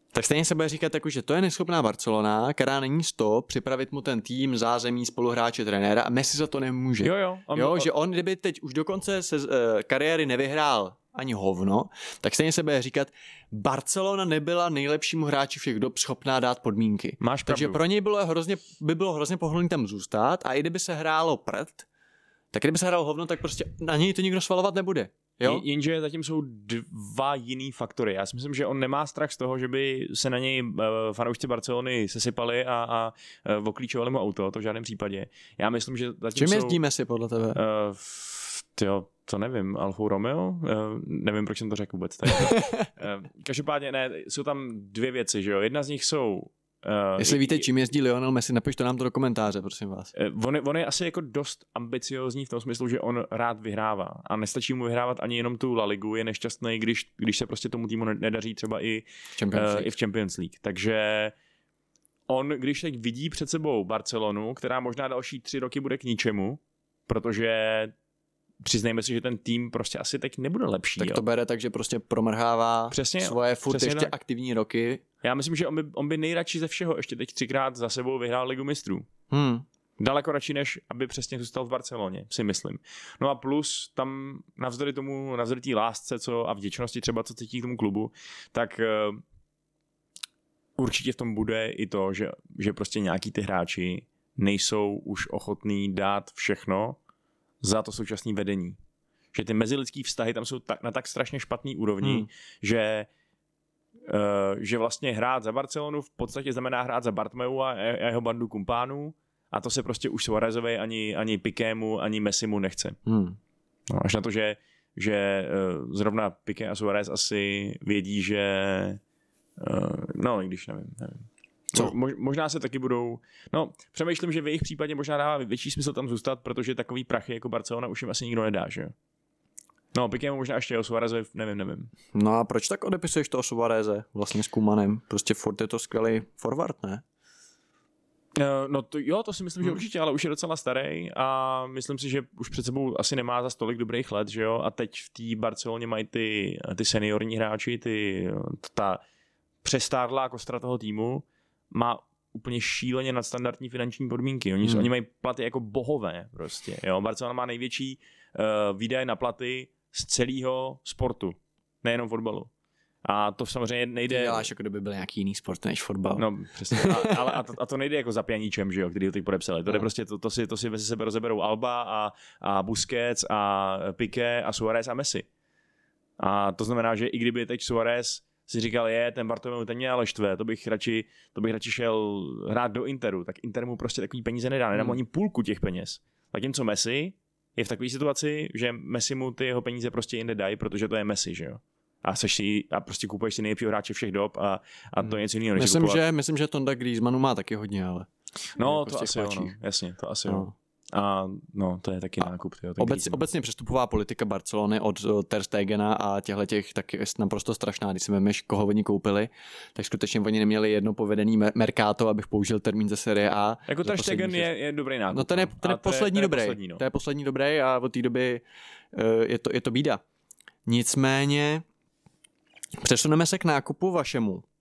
Tak stejně se bude říkat, jako, že to je neschopná Barcelona, která není sto, připravit mu ten tým, zázemí, spoluhráče, trenéra a Messi za to nemůže. Jo, jo. On, jo, že on, kdyby teď už do konce se, uh, kariéry nevyhrál ani hovno, tak stejně se bude říkat, Barcelona nebyla nejlepšímu hráči všech dob schopná dát podmínky. Máš Takže pravdu. pro něj bylo hrozně, by bylo hrozně pohodlný tam zůstat a i kdyby se hrálo prd, tak kdyby se hrálo hovno, tak prostě na něj to nikdo svalovat nebude. Jo? Jenže zatím jsou dva jiný faktory. Já si myslím, že on nemá strach z toho, že by se na něj uh, fanoušci Barcelony sesypali a, a uh, oklíčovali mu auto, to v žádném případě. Já myslím, že zatím Čím jsou... jezdíme si podle tebe? Uh, tyjo, to nevím, Alfou Romeo? Uh, nevím, proč jsem to řekl vůbec. uh, každopádně ne, jsou tam dvě věci, že jo. Jedna z nich jsou Uh, Jestli víte, čím jezdí Lionel Messi, napište nám to do komentáře, prosím vás. Uh, on, je, on je asi jako dost ambiciózní v tom smyslu, že on rád vyhrává a nestačí mu vyhrávat ani jenom tu La Ligu, je nešťastný, když, když se prostě tomu týmu nedaří třeba i v Champions, uh, i v Champions League. Takže on, když teď vidí před sebou Barcelonu, která možná další tři roky bude k ničemu, protože přiznejme si, že ten tým prostě asi teď nebude lepší. Tak jo. to bere tak, že prostě promrhává přesně, svoje furt ještě tak. aktivní roky. Já myslím, že on by, on by nejradši ze všeho ještě teď třikrát za sebou vyhrál Ligu mistrů. Hmm. Daleko radši, než aby přesně zůstal v Barceloně, si myslím. No a plus tam navzdory tomu, navzdory té lásce co, a vděčnosti třeba, co cítí k tomu klubu, tak uh, určitě v tom bude i to, že, že prostě nějaký ty hráči nejsou už ochotní dát všechno za to současné vedení. Že ty mezilidský vztahy tam jsou tak, na tak strašně špatný úrovni, hmm. že, uh, že vlastně hrát za Barcelonu v podstatě znamená hrát za Bartomeu a, a jeho bandu kumpánů a to se prostě už Suárezovi ani, ani Piquému, ani Messimu nechce. Hmm. No, až na to, že, že uh, zrovna Piqué a Suárez asi vědí, že uh, no, i když nevím, nevím. Co? Mo, možná se taky budou... No, přemýšlím, že v jejich případě možná dává větší smysl tam zůstat, protože takový prachy jako Barcelona už jim asi nikdo nedá, že jo? No, Piquému možná ještě o Suárezovi, nevím, nevím. No a proč tak odepisuješ to o Suáreze vlastně s Koemanem? Prostě furt je to skvělý forward, ne? No to, jo, to si myslím, že určitě, ale už je docela starý a myslím si, že už před sebou asi nemá za tolik dobrých let, že jo? A teď v té Barceloně mají ty, ty seniorní hráči, ty, ta přestárlá kostra toho týmu, má úplně šíleně nadstandardní finanční podmínky. Oni, hmm. oni mají platy jako bohové prostě. Jo? Barcelona má největší uh, výdaje na platy z celého sportu. Nejenom fotbalu. A to samozřejmě nejde... Ty děláš, jako kdyby byl nějaký jiný sport než fotbal. No, přesně. A, ale a to, a to nejde jako za pianíčem, že jo, který ho teď podepsali. To, no. prostě, to, to si, to si ve sebe rozeberou Alba a, a Busquets a Piqué a Suárez a Messi. A to znamená, že i kdyby teď Suárez si říkal, je, ten Bartomeu ten mě ale štve, to bych radši, to bych radši šel hrát do Interu, tak Inter mu prostě takový peníze nedá, nedá mu ani půlku těch peněz. Zatímco Messi je v takové situaci, že Messi mu ty jeho peníze prostě jinde dají, protože to je Messi, že jo. A, si, a prostě kupuješ si nejlepšího hráče všech dob a, a to je něco jiného. Myslím, že, myslím, že Tonda Griezmannu má taky hodně, ale... No, to asi jo, no. Jasně, to asi no. jo. A no, to je taky nákup. Tyjo, Obec, obecně přestupová politika Barcelony od Ter Stegena a těchto těch tak je naprosto strašná. Když si vemeš, koho oni koupili, tak skutečně oni neměli jedno povedený mercato, abych použil termín ze série A. Jako Ter Stegen je, je dobrý nákup. No ten je, ten je poslední to je, dobrý. Poslední, no. To je poslední dobrý a od té doby uh, je, to, je to bída. Nicméně přesuneme se k nákupu vašemu, uh,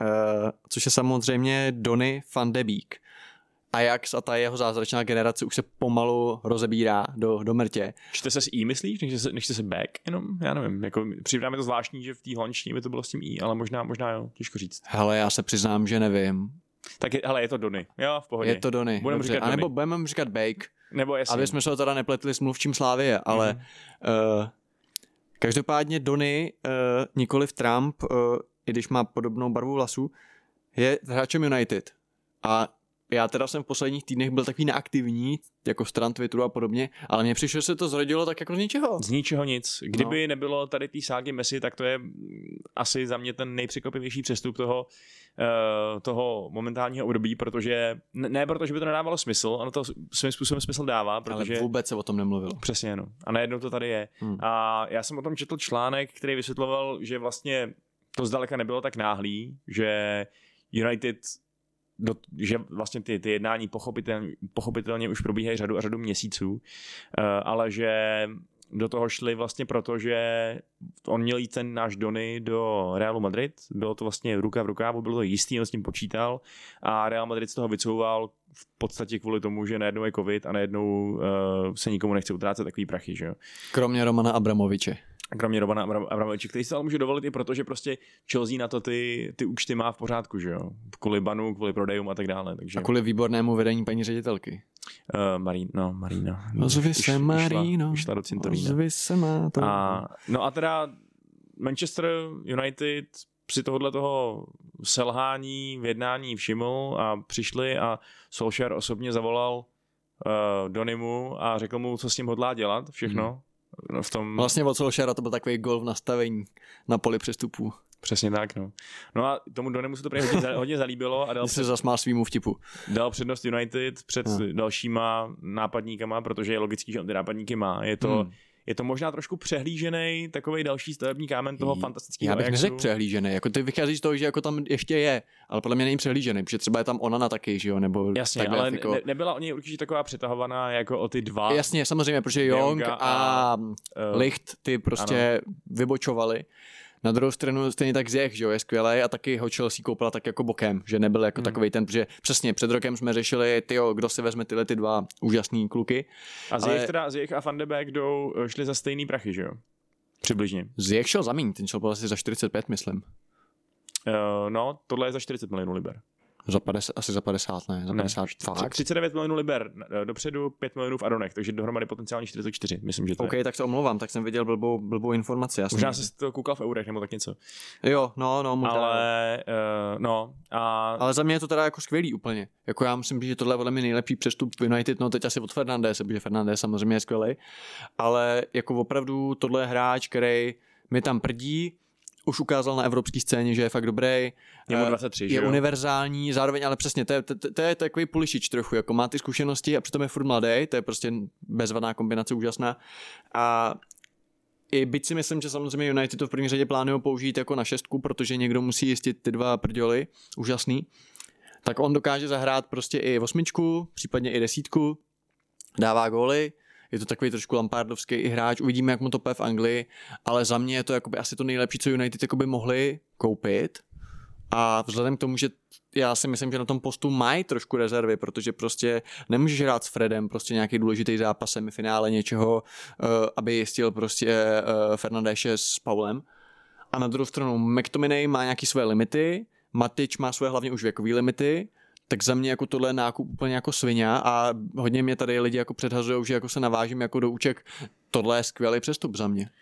což je samozřejmě Donny van de Beek. Ajax a ta jeho zázračná generace už se pomalu rozebírá do, do mrtě. Čte se s I, myslíš? Než se, než se back jenom? Já nevím. Jako, připadá mi to zvláštní, že v té holandštině by to bylo s tím I, ale možná, možná jo, těžko říct. Hele, já se přiznám, že nevím. Tak je, hele, je to Donny. Jo, v pohodě. Je to Donny. Budeme říkat Donny. A nebo budeme říkat Bake. Nebo jasně. Aby jsme se ho teda nepletli s mluvčím Slávie, ale mm-hmm. uh, každopádně Donny, uh, nikoliv Trump, uh, i když má podobnou barvu vlasů, je hráčem United. A já teda jsem v posledních týdnech byl takový neaktivní, jako stran Twitteru a podobně, ale mně přišlo, že se to zrodilo tak jako z ničeho. Z ničeho nic. Kdyby no. nebylo tady té ságy Messi, tak to je asi za mě ten nejpřekvapivější přestup toho, uh, toho momentálního období, protože ne, ne protože by to nedávalo smysl, ono to svým způsobem smysl dává, protože... Ale vůbec se o tom nemluvilo. Přesně, no. A najednou to tady je. Hmm. A já jsem o tom četl článek, který vysvětloval, že vlastně to zdaleka nebylo tak náhlý, že United... Do, že vlastně ty, ty jednání pochopitelně, pochopitelně už probíhají řadu a řadu měsíců, uh, ale že do toho šli vlastně proto, že on měl jít ten náš Donny do Realu Madrid, bylo to vlastně ruka v rukávu, bylo to jistý, on s tím počítal a Real Madrid z toho vycouval v podstatě kvůli tomu, že najednou je covid a najednou uh, se nikomu nechce utrácet takový prachy, že jo. Kromě Romana Abramoviče. Kromě Romana Abramoviče, který se ale může dovolit i proto, že prostě Chelsea na to ty, ty účty má v pořádku, že jo. Kvůli banu, kvůli prodejům a tak dále. Takže... A kvůli výbornému vedení paní ředitelky. Uh, Marín, no, Marina. Ozvi se, Marino. Vyšla do cintorína. Ozvi se, má to. A, no a teda Manchester United při tohohle toho selhání v jednání všiml a přišli a Solskjaer osobně zavolal uh, Donnymu a řekl mu, co s ním hodlá dělat, všechno. Hmm. V tom... Vlastně od Solskjaera to byl takový gol v nastavení na poli přestupů. Přesně tak, no. No a tomu Donnymu se to prý hodně, hodně zalíbilo a dal, se zasmál svýmu vtipu. Dal přednost United před hmm. dalšíma nápadníkama, protože je logický, že on ty nápadníky má. Je to, hmm. je to možná trošku přehlížený takovej další stavební kámen toho fantastického. Já bych neřekl přehlížený, jako ty vycházíš z toho, že jako tam ještě je, ale podle mě není přehlížený, protože třeba je tam Onana taky, že jo, nebo jasně, ale jako... ne, nebyla o něj určitě taková přetahovaná jako o ty dva. Jasně, samozřejmě, protože Young a, a uh, Licht ty prostě ano. vybočovali. Na druhou stranu stejně tak Ziyech, že jo, je skvělej a taky ho Chelsea koupila tak jako bokem, že nebyl jako hmm. takovej ten, protože přesně před rokem jsme řešili, tyjo, kdo si vezme tyhle ty dva úžasný kluky. A Ziyech ale... teda, Ziyech a Van de Beek jdou, šli za stejný prachy, že jo? Přibližně. Ziyech šel za míň, ten šel asi za čtyřicet pět, myslím. Uh, no, tohle je za čtyřicet milionů liber. Za padesát, asi za padesát, ne, za padesát, ne, fakt. třicet devět milionů liber dopředu, pět milionů v Adonech, takže dohromady potenciálně čtyřicet čtyři, myslím, že to OK, je. tak se omlouvám, tak jsem viděl blbou, blbou informaci. Jasný. Možná jsi to koukal v eurech nebo tak něco. Jo, no, no, možná. Ale, uh, no, a... Ale za mě je to teda jako skvělý úplně. Jako já myslím, že tohle je podle mě nejlepší přestup v United, no teď asi od Fernandese, protože Fernandes samozřejmě je skvělý, ale jako opravdu tohle je hráč, který mi tam prdí, už ukázal na evropské scéně, že je fakt dobrý. Je mu dvacet tři, je že jo? univerzální, zároveň, ale přesně, to je, to, to je takový pulišič trochu, jako má ty zkušenosti a přitom je furt mladý, to je prostě bezvadná kombinace, úžasná. A i byť si myslím, že samozřejmě United to v první řadě plánují použít jako na šestku, protože někdo musí jistit ty dva prděly, úžasný, tak on dokáže zahrát prostě i osmičku, případně i desítku, dává góly. Je to takový trošku lampardovský i hráč, uvidíme, jak mu to půjde v Anglii, ale za mě je to jakoby asi to nejlepší, co United jakoby mohli koupit. A vzhledem k tomu, že já si myslím, že na tom postu mají trošku rezervy, protože prostě nemůžeš hrát s Fredem prostě nějaký důležitý zápas, semifinále něčeho, uh, aby jistil prostě uh, Fernandéše s Paulem. A na druhou stranu McTominay má nějaký své limity, Matic má své hlavně už věkové limity, tak za mě jako tohle je nákup úplně jako svině a hodně mě tady lidi jako předhazujou, že jako se navážím jako do úček. Tohle je skvělý přestup za mě.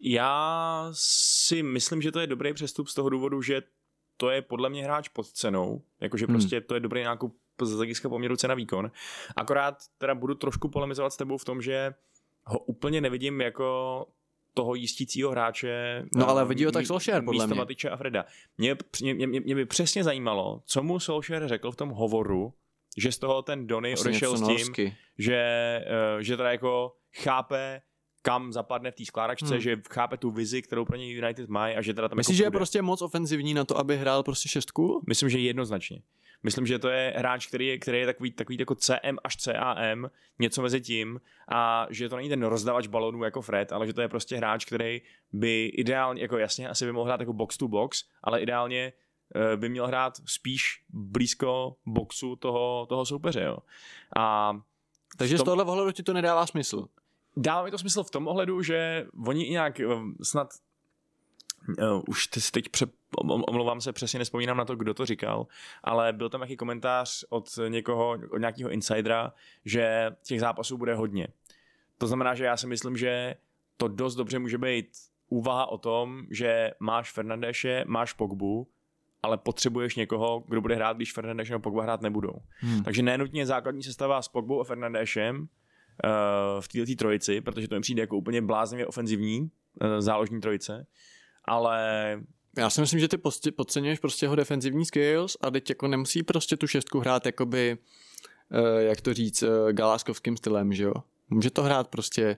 Já si myslím, že to je dobrý přestup z toho důvodu, že to je podle mě hráč pod cenou, jakože hmm. prostě to je dobrý nákup z hlediska poměru cena výkon. Akorát teda budu trošku polemizovat s tebou v tom, že ho úplně nevidím jako toho jistícího hráče. No ale vidí ho tak Solskjaer, podle mě. mě. Matiče a Freda. Mě, mě, mě, mě by přesně zajímalo, co mu Solskjaer řekl v tom hovoru, že z toho ten Donny odešel s tím, norsky. že, že teda jako chápe, kam zapadne v té skládačce, hmm. že chápe tu vizi, kterou pro něj United mají a že teda tam Myslíš, jako že je prostě moc ofenzivní na to, aby hrál prostě šestku? Myslím, že jednoznačně. Myslím, že to je hráč, který je, který je takový, takový jako C M až C A M, něco mezi tím a že to není ten rozdavač balonů jako Fred, ale že to je prostě hráč, který by ideálně, jako jasně, asi by mohl hrát jako box to box, ale ideálně uh, by měl hrát spíš blízko boxu toho, toho soupeře. Jo. A Takže tom... z tohohle ohledu ti to nedává smysl? Dává mi to smysl v tom ohledu, že oni nějak snad uh, už teď pře- omlouvám se, přesně nespomínám na to, kdo to říkal, ale byl tam nějaký komentář od někoho, od nějakého insidera, že těch zápasů bude hodně. To znamená, že já si myslím, že to dost dobře může být úvaha o tom, že máš Fernandéše, máš Pogbu, ale potřebuješ někoho, kdo bude hrát, když Fernandéš nebo Pogba hrát nebudou. Hmm. Takže nenutně základní sestava s Pogbou a Fernandéšem uh, v této trojici, protože to mi přijde jako úplně bláznivě ofenzivní uh, záložní trojice, ale... Já si myslím, že ty podceňuješ prostě jeho defenzivní skills a teď jako nemusí prostě tu šestku hrát jakoby, uh, jak to říct, uh, galáskovským stylem, že jo? Může to hrát prostě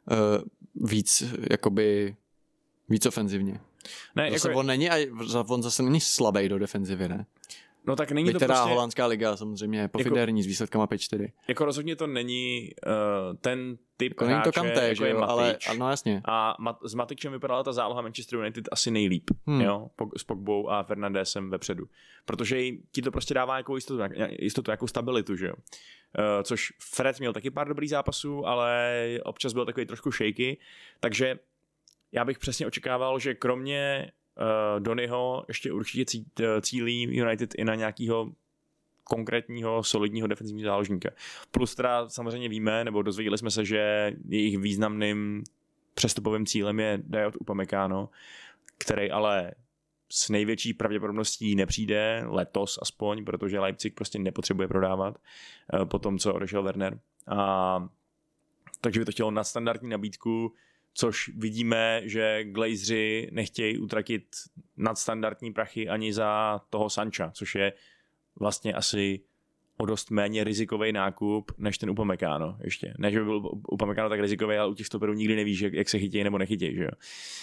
uh, víc, jakoby víc ofenzivně. Ne, zase jako... on není, a on zase není slabý do defenzivy, ne? No tak není to teda prostě... holandská liga samozřejmě pofiderní jako, s výsledkama pět čtyři. Jako rozhodně to není uh, ten typ jako hráče, není to Kanté, jako je Matic. Ale, no jasně. A Mat, s Maticem vypadala ta záloha Manchester United asi nejlíp, hmm. jo, s Pogbou a Fernandesem vepředu. Protože ti to prostě dává jako jistotu, jistotu jako stabilitu, že jo. Uh, což Fred měl taky pár dobrých zápasů, ale občas byl takový trošku shaky, takže já bych přesně očekával, že kromě uh, Donnyho ještě určitě cí, cílí United i na nějakýho konkrétního, solidního defenzivního záložníka. Plus teda samozřejmě víme, nebo dozvěděli jsme se, že jejich významným přestupovým cílem je Dayot Upamecano, který ale s největší pravděpodobností nepřijde letos aspoň, protože Leipzig prostě nepotřebuje prodávat uh, po tom, co odešel Werner. A takže by to chtělo nadstandardní nabídku, což vidíme, že Glazeři nechtějí utratit nadstandardní prachy ani za toho Sancha, což je vlastně asi o dost méně rizikový nákup, než ten Upamecano ještě. Ne, že by byl Upamecano tak rizikový, ale u těch stoperů nikdy nevíš, jak, jak se chytějí nebo nechytějí. Že jo?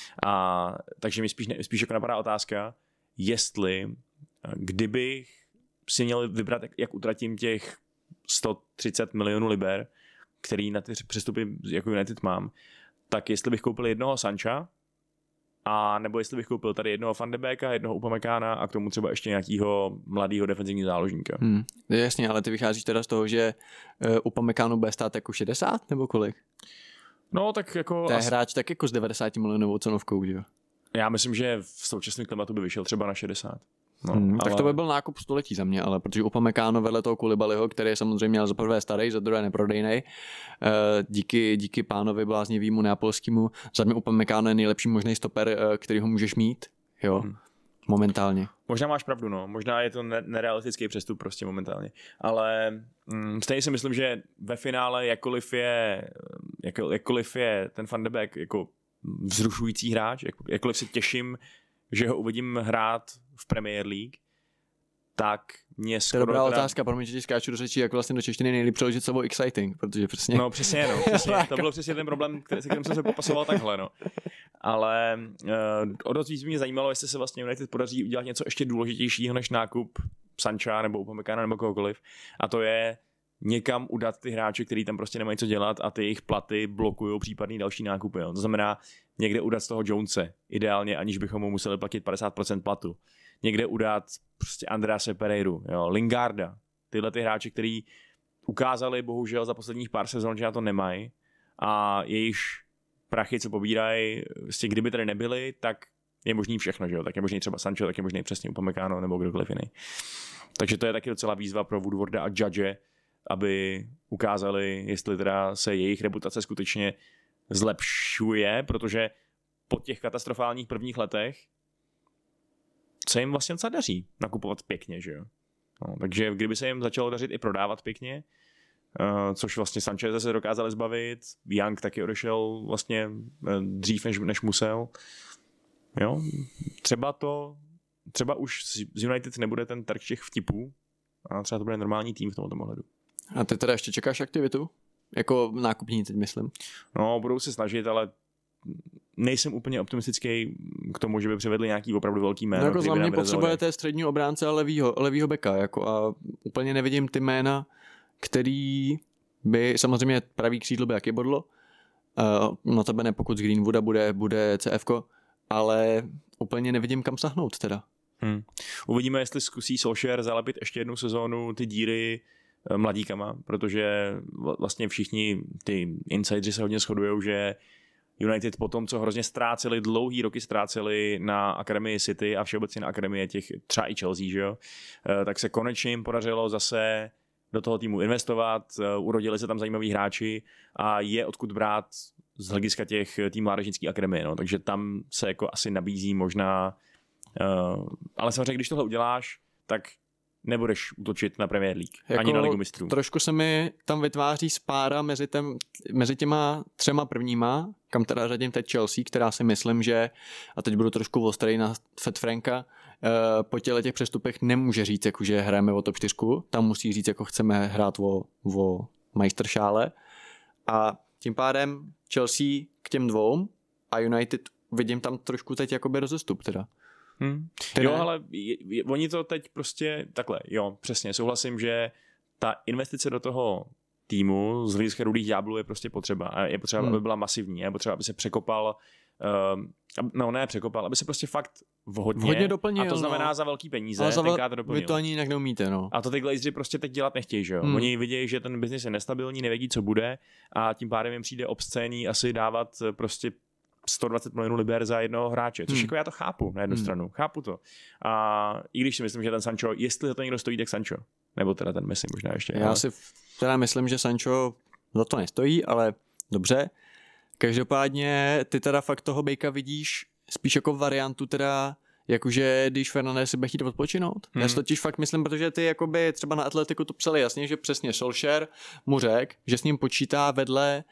A takže mi spíš, spíš jako napadá otázka, jestli, kdybych si měl vybrat, jak, jak utratím těch sto třicet milionů liber, který na ty přestupy jako United mám, tak jestli bych koupil jednoho Sancha, a nebo jestli bych koupil tady jednoho Van de Beeka, jednoho Upamecana a k tomu třeba ještě nějakého mladého defenzivního záložníka. Hmm, jasně, ale ty vycházíš teda z toho, že uh, Upamecano bude stát jako šedesát nebo kolik? No tak jako... To je asi... hráč tak jako s devadesát milionovou cenovkou, že jo? Já myslím, že v současném klimatu by vyšel třeba na šedesát. No, hmm, ale... Tak to by byl nákup století za mě, ale protože Upamecano vedle toho Koulibalyho, který je samozřejmě měl za prvé starý, za druhé neprodejnej, díky, díky pánovi bláznivýmu neapolskému, za mě Upamecano je nejlepší možný stoper, který ho můžeš mít, jo, hmm. momentálně. Možná máš pravdu, no, možná je to nerealistický přestup prostě momentálně, ale mm, stejně si myslím, že ve finále jakkoliv je, jak, jakkoliv je ten Van de Beek jako vzrušující hráč, jak, jakkoliv se těším, že ho uvidím hrát v Premier League, tak mě skoro... To je dobrá teda... otázka, promiň, že ti skáču do řečí, jak vlastně do češtiny nejlíp přeložit slovo exciting, protože přesně... No přesně, no, přesně. To byl přesně ten problém, který, se kterým jsem se popasoval takhle, no. Ale uh, o dost víc mě zajímalo, jestli se vlastně United podaří udělat něco ještě důležitějšího než nákup Sancha nebo Upamecana nebo kohokoliv. A to je někam udat ty hráče, kteří tam prostě nemají co dělat a ty jejich platy blokují případný další nákupy. Jo. To znamená někde udat z toho Jonese, ideálně, aniž bychom mu museli platit padesát procent platu. Někde udat prostě Andrease Pereiru, jo, Lingarda, tyhle ty hráče, kteří ukázali bohužel za posledních pár sezon, že na to nemají a jejichž prachy, co pobírají, vlastně kdyby tady nebyly, tak je možný všechno, že jo, tak je možný třeba Sancho, tak je možný přesně Upamecano nebo kdokoliv jiný. Takže to je taky docela výzva pro Woodwarda a Judge, aby ukázali, jestli teda se jejich reputace skutečně zlepšuje, protože po těch katastrofálních prvních letech se jim vlastně docela daří nakupovat pěkně, že jo. No, takže kdyby se jim začalo dařit i prodávat pěkně, uh, což vlastně Sanchez se dokázali zbavit, Young taky odešel vlastně uh, dřív, než, než musel. Jo, třeba to, třeba už z United nebude ten trh těch vtipů a třeba to bude normální tým v tomto ohledu. A ty teda ještě čekáš aktivitu? Jako nákupní, teď myslím. No, budou se snažit, ale nejsem úplně optimistický k tomu, že by přivedli nějaký opravdu velký jméno. No jako za mě potřebujete středního obránce a levýho, levýho beka. Jako a úplně nevidím ty jména, který by, samozřejmě pravý křídlo by jaký bodlo. Uh, notabene pokud z Greenwooda bude, bude C F ko, ale úplně nevidím kam sahnout teda. Hmm. Uvidíme, jestli zkusí Solskjaer zalepit ještě jednu sezónu ty díry mladíkama, protože vlastně všichni ty insidři se hodně shodujou, že United po tom, co hrozně ztráceli, dlouhý roky ztráceli na akademii City a všeobecně na akademii těch třeba i Chelsea, že jo, tak se konečně jim podařilo zase do toho týmu investovat, urodili se tam zajímaví hráči a je odkud brát z hlediska těch tým mládežnických akademie, no, takže tam se jako asi nabízí možná, uh, ale samozřejmě, když tohle uděláš, tak nebudeš útočit na Premier League, jako ani na Ligu mistrů. Trošku se mi tam vytváří spára mezi, tem, mezi těma třema prvníma, kam teda řadím teď Chelsea, která si myslím, že, a teď budu trošku ostrej na Fat Franka, uh, po těle těch přestupech nemůže říct, jako, že hrajeme o top čtyři, tam musí říct, jako chceme hrát o, o majstršále. A tím pádem Chelsea k těm dvou a United vidím tam trošku teď jakoby rozestup teda. Hmm. Jo, ale je, je, oni to teď prostě takhle, jo, přesně, souhlasím, že ta investice do toho týmu z hlediska Rudých ďáblů je prostě potřeba. A je potřeba, hmm. aby byla masivní, je potřeba, aby se překopal, uh, no ne překopal, aby se prostě fakt vhodně, vhodně doplnil, a to znamená no. za velký peníze, ale za vel... tenkrát to doplnil. Vy to ani jinak neumíte, no. A to ty glazeři prostě teď dělat nechtějí, že jo. Hmm. Oni vidějí, že ten biznis je nestabilní, nevědí, co bude a tím pádem jim přijde obscénní asi dávat prostě sto dvacet milionů liber za jednoho hráče, což hmm. jako já to chápu na jednu hmm. stranu, chápu to. A i když si myslím, že ten Sancho, jestli za to někdo stojí, tak Sancho. Nebo teda ten Messi možná ještě. Já ale... si teda myslím, že Sancho za to nestojí, ale dobře. Každopádně ty teda fakt toho Bejka vidíš spíš jako variantu teda, jakože když Fernandes si bude chtít odpočinout. Hmm. Já si totiž fakt myslím, protože ty jakoby třeba na Atletiku to psali jasně, že přesně Solskjaer mu řekl, že s ním počítá vedle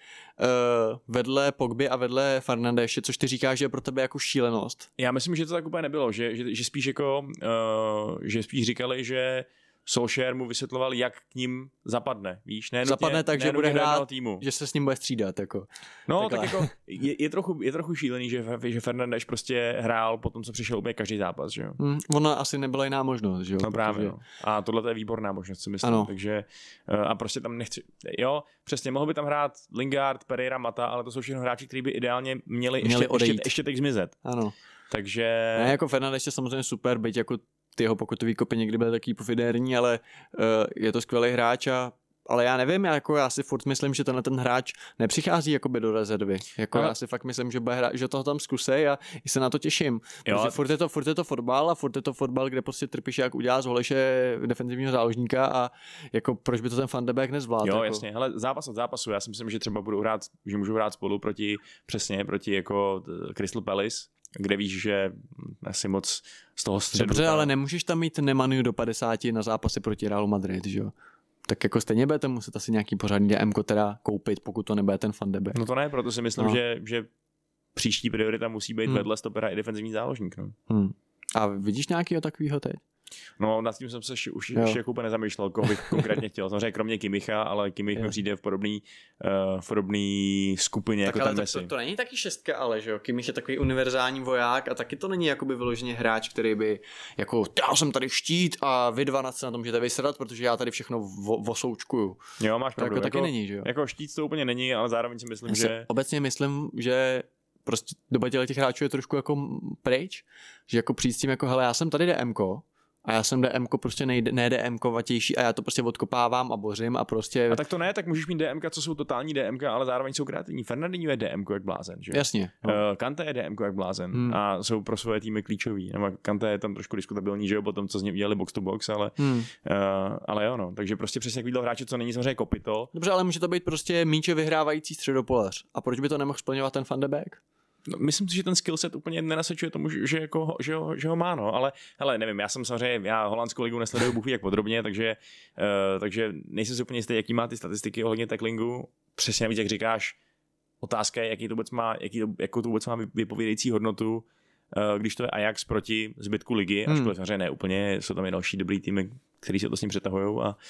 uh, vedle Pogby a vedle Fernandeše, což ty říkáš, že je pro tebe jako šílenost. Já myslím, že to tak úplně nebylo, že, že, že spíš jako uh, že spíš říkali, že Solskjaer mu vysvětloval, jak k ním zapadne, víš? Ne zapadne tak, že bude hrát, týmu. Že se s ním bude střídat, jako. No, takhle. Tak jako je, je, trochu, je trochu šílený, že, že Fernandes prostě hrál po tom, co přišel úplně každý zápas, že jo? Hmm, ona asi nebyla jiná možnost, že jo? No právě, protože... no. A tohle je výborná možnost, si myslím. Ano. Takže, a prostě tam nechci, jo, přesně, mohl by tam hrát Lingard, Pereira, Mata, ale to jsou všechno hráči, kteří by ideálně měli, měli ještě, ještě, ještě teď zmizet. Ano. Takže... Ne, jako Fernandes je samozřejmě super, byť jako ty jeho pokutový kopy někdy byly taký pofidérní, ale uh, je to skvělý hráč a ale já nevím, já, jako já si furt myslím, že tenhle ten hráč nepřichází jakoby do rezervy. Jako já si fakt myslím, že, bude hra, že toho tam zkusej a se na to těším. Jo. Protože furt je, to, furt je to fotbal a furt je to fotbal, kde prostě trpíš, jak udělá z Holeše defenzivního záložníka a jako proč by to ten Van de Beek nezvládl. Jo, jako. Jasně. Hele, zápas od zápasu, já si myslím, že třeba budou hrát, že můžou hrát spolu proti, přesně proti jako Crystal Palace, kde víš, že asi moc z toho středu. Dobře, ta... ale nemůžeš tam mít Nemanu do padesáti na zápasy proti Realu Madrid, že jo? Tak jako stejně budete muset asi nějaký pořádný D M ko teda koupit, pokud to nebude ten Van de Beek. No to ne, proto si myslím, no. že, že příští priorita musí být hmm. vedle stopera i defenzivní záložník. No. Hmm. A vidíš nějakýho takovýho teď? No, nad tím jsem se už ještě jako úplně nezamýšlel, koho bych konkrétně chtěl. Samozřejmě kromě Kimmicha, ale Kimmich mi přijde v podobný, uh, v podobný skupině tak jako ten Messi. To, to není taky šestka, ale že jo, Kimmich je takový univerzální voják a taky to není jakoby vyloženě hráč, který by jako já jsem tady štít a vy dva se na tom můžete vysrat, protože já tady všechno vo, vosoučkuju. Jo, máš pravdu. Jako, taky není, že jo. Jako štít to úplně není, ale zároveň si myslím, já že... Obecně myslím, že prostě doba těch hráčů je trošku jako pryč, že jako přijít s tím jako hele, já jsem tady D M ko, a já jsem D M ko prostě nej, ne D M kovatější a já to prostě odkopávám a bořím a prostě... A tak to ne, tak můžeš mít D M ka, co jsou totální D M ka, ale zároveň jsou kreativní. Fernandinho je D M ko jak blázen, že? Jasně. No. Uh, Kante je D M ko jak blázen hmm. a jsou pro svoje týmy klíčový. Nebo Kante je tam trošku diskutabilní, že jo, po tom, co z něj udělali box to box, ale, hmm. uh, ale jo, no. Takže prostě přesně jak viděl hráče, co není samozřejmě kopyto. Dobře, ale může to být prostě míče vyhrávající středopolař. A proč by to nemohl splňovat ten Van de Beek? No, myslím si, že ten skillset úplně nenasvědčuje tomu, že, jako, že, ho, že ho má, no, ale hele, nevím, já jsem samozřejmě, já holandskou ligu nesleduju bůh ví jak podrobně, takže, uh, takže nejsem si úplně jistý, jaký má ty statistiky ohledně tacklingu, přesně navíc, jak říkáš, otázka je, jaký to vůbec má, jaký to, jakou to vůbec má vypovídající hodnotu, uh, když to je Ajax proti zbytku ligy, hmm. ačkoliv samozřejmě ne úplně, jsou tam i další dobrý týmy, který se to s ním přetahujou, a,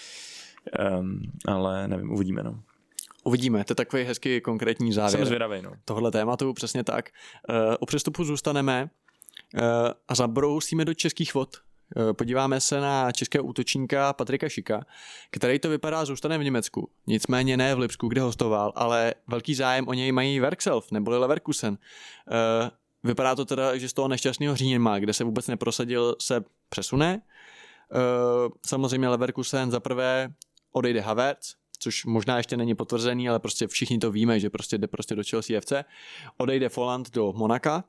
um, ale nevím, uvidíme, no. Uvidíme, to je takový hezký konkrétní závěr. Jsem zvědavý, no. Tohle tématu, přesně tak. Uh, u přestupu zůstaneme uh, a zabrousíme do českých vod. Uh, podíváme se na českého útočníka Patrika Šika, který to vypadá zůstane v Německu. Nicméně ne v Lipsku, kde hostoval, ale velký zájem o něj mají Werkself neboli Leverkusen. Uh, vypadá to teda, že z toho nešťastného Říma, kde se vůbec neprosadil, se přesune. Uh, samozřejmě Leverkusen za prvé odejde Havertz, což možná ještě není potvrzený, ale prostě všichni to víme, že prostě jde prostě do Chelsea F C. Odejde Folland do Monaka.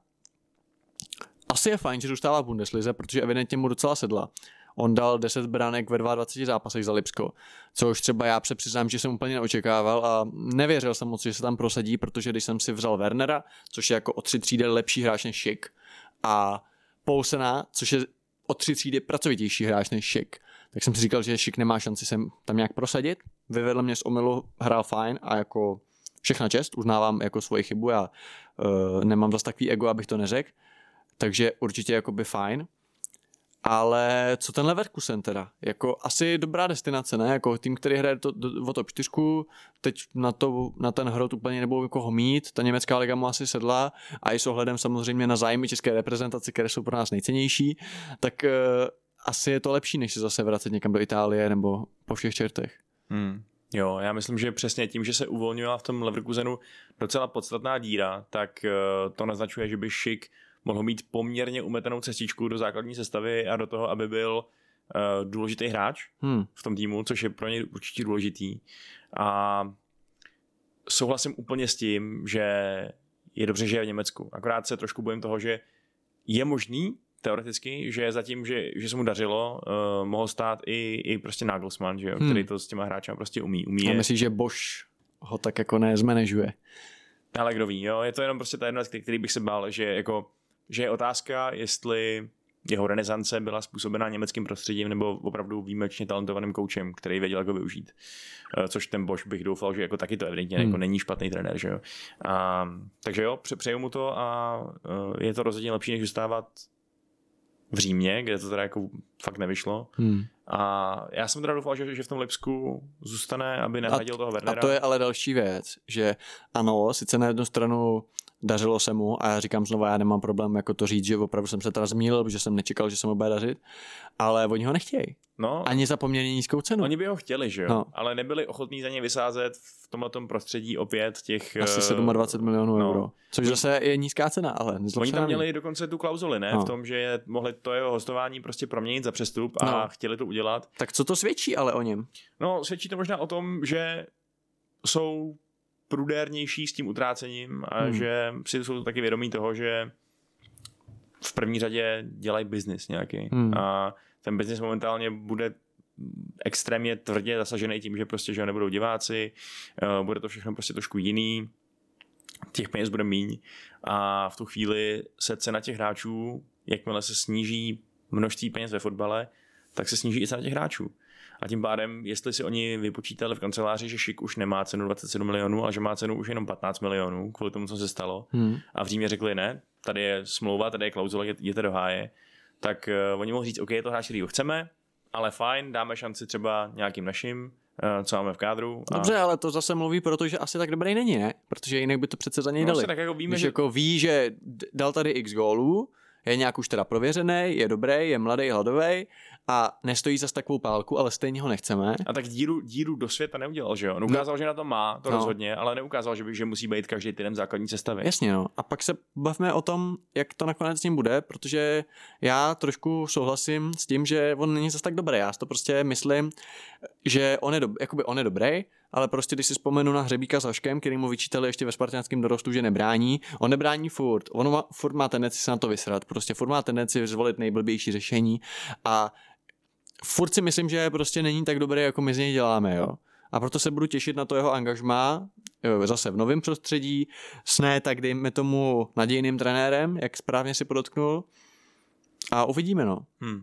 Asi je fajn, že zůstává v Bundeslize, protože evidentně mu docela sedla. On dal deset branek ve dvaceti dvou zápasech za Lipsko, což třeba já přepřiznám, že jsem úplně neočekával a nevěřil jsem moc, že se tam prosadí, protože když jsem si vzal Wernera, což je jako o tři třídy lepší hráč než Schick, a Poulsena, což je o tři třídy pracovitější hráč než Schick, tak jsem si říkal, že Schick nemá šanci se tam nějak prosadit. Vyvedl mě z omylu, hrál fajn a jako všechna čest, uznávám jako svoji chybu, já uh, nemám zase takový ego, abych to neřekl, takže určitě jakoby fajn. Ale co ten Leverkusen teda? Jako asi dobrá destinace, ne? Jako tým, který hraje to, do, o top čtyři, teď na, to, na ten hrot úplně nebudou koho mít, ta německá liga mu asi sedla a i s ohledem samozřejmě na zájmy české reprezentace, které jsou pro nás nejcennější, tak uh, asi je to lepší, než se zase vracet někam do Itálie nebo po všech čertech. Hmm. Jo, já myslím, že přesně tím, že se uvolnila v tom Leverkusenu docela podstatná díra, tak uh, to naznačuje, že by Schick mohl mít poměrně umetenou cestičku do základní sestavy a do toho, aby byl uh, důležitý hráč hmm. v tom týmu, což je pro ně určitě důležitý. A souhlasím úplně s tím, že je dobře, že je v Německu. Akorát se trošku bojím toho, že je možný teoreticky, že zatím, že, že se mu dařilo, uh, mohl stát i, i prostě Nagelsmann, že jo, hmm. který to s těma hráčem prostě umí. umí a myslíš, že Bosch ho tak jako nezmanežuje? Ale kdo ví, jo, je to jenom prostě ta jedna, který bych se bál, že jako že je otázka, jestli jeho renesance byla způsobená německým prostředím nebo opravdu výjimečně talentovaným koučem, který věděl, jak ho využít. Což ten Bosch bych doufal, že jako taky to evidentně hmm. jako není špatný trenér, že jo. A, takže jo, přeju mu to a je to rozhodně lepší, než zůstávat v Římě, kde to teda jako fakt nevyšlo. Hmm. A já jsem teda doufal, že, že v tom Lipsku zůstane, aby nahradil toho Wernera. A to je ale další věc, že ano, sice na jednu stranu dařilo se mu a já říkám znovu, já nemám problém jako to říct, že opravdu jsem se teda zmýlil, protože jsem nečekal, že se mu bude dařit, ale oni ho nechtějí. No, ani za poměrně nízkou cenu. Oni by ho chtěli, že jo, no. Ale nebyli ochotní za ně vysázet v tomhletom prostředí opět těch... Asi dvacet sedm milionů no. euro, což zase je nízká cena, ale oni tam měli dokonce tu klauzuli, ne? No. V tom, že mohli to jeho hostování prostě proměnit za přestup a no. chtěli to udělat. Tak co to svědčí ale o něm? No, svědčí to možná o tom, že jsou prudérnější s tím utrácením a hmm. že si jsou taky vědomí toho, že v první řadě dělají biznis nějaký hmm. a ten biznis momentálně bude extrémně tvrdě zasažený tím, že prostě že nebudou diváci, bude to všechno prostě trošku jiný, těch peněz bude míň a v tu chvíli se cena těch hráčů, jakmile se sníží množství peněz ve fotbale, tak se sníží i cena těch hráčů. A tím pádem, jestli si oni vypočítali v kanceláři, že Schick už nemá cenu dvacet sedm milionů, ale že má cenu už jenom patnáct milionů, kvůli tomu, co se stalo, hmm. a v Římě řekli ne, tady je smlouva, tady je klauzule, jděte do háje, tak uh, oni mohou říct, OK, je to hráč, který ho chceme, ale fajn, dáme šanci třeba nějakým našim, uh, co máme v kádru. A... Dobře, ale to zase mluví, protože asi tak dobrý není, ne? Protože jinak by to přece za něj dali. No, tak jako víme, Když že... jako ví, že dal tady x gólů, je nějak už teda prověřený, je dobrý, je mladý, hladový a nestojí zas takovou pálku, ale stejně ho nechceme. A tak díru, díru do světa neudělal, že jo? On ukázal, no. že na to má, to no. rozhodně, ale neukázal, že, by, že musí být každý týden základní sestavy. Jasně, no. A pak se bavíme o tom, jak to nakonec s ním bude, protože já trošku souhlasím s tím, že on není zas tak dobrý. Já si to prostě myslím, že on je, do, jakoby on je dobrý, ale prostě když si vzpomenu na Hřebíka s Haškem, který mu vyčítali ještě ve spartanském dorostu, že nebrání, on nebrání furt. On má, furt má tendenci se na to vysrat, prostě furt má tendenci zvolit nejblbější řešení a furt si myslím, že prostě není tak dobrý, jako my z něj děláme, jo. A proto se budu těšit na to jeho angažmá, jo, zase v novém prostředí, s ne tak dejme tomu nadějným trenérem, jak správně si podotknul, a uvidíme, no. Hmm.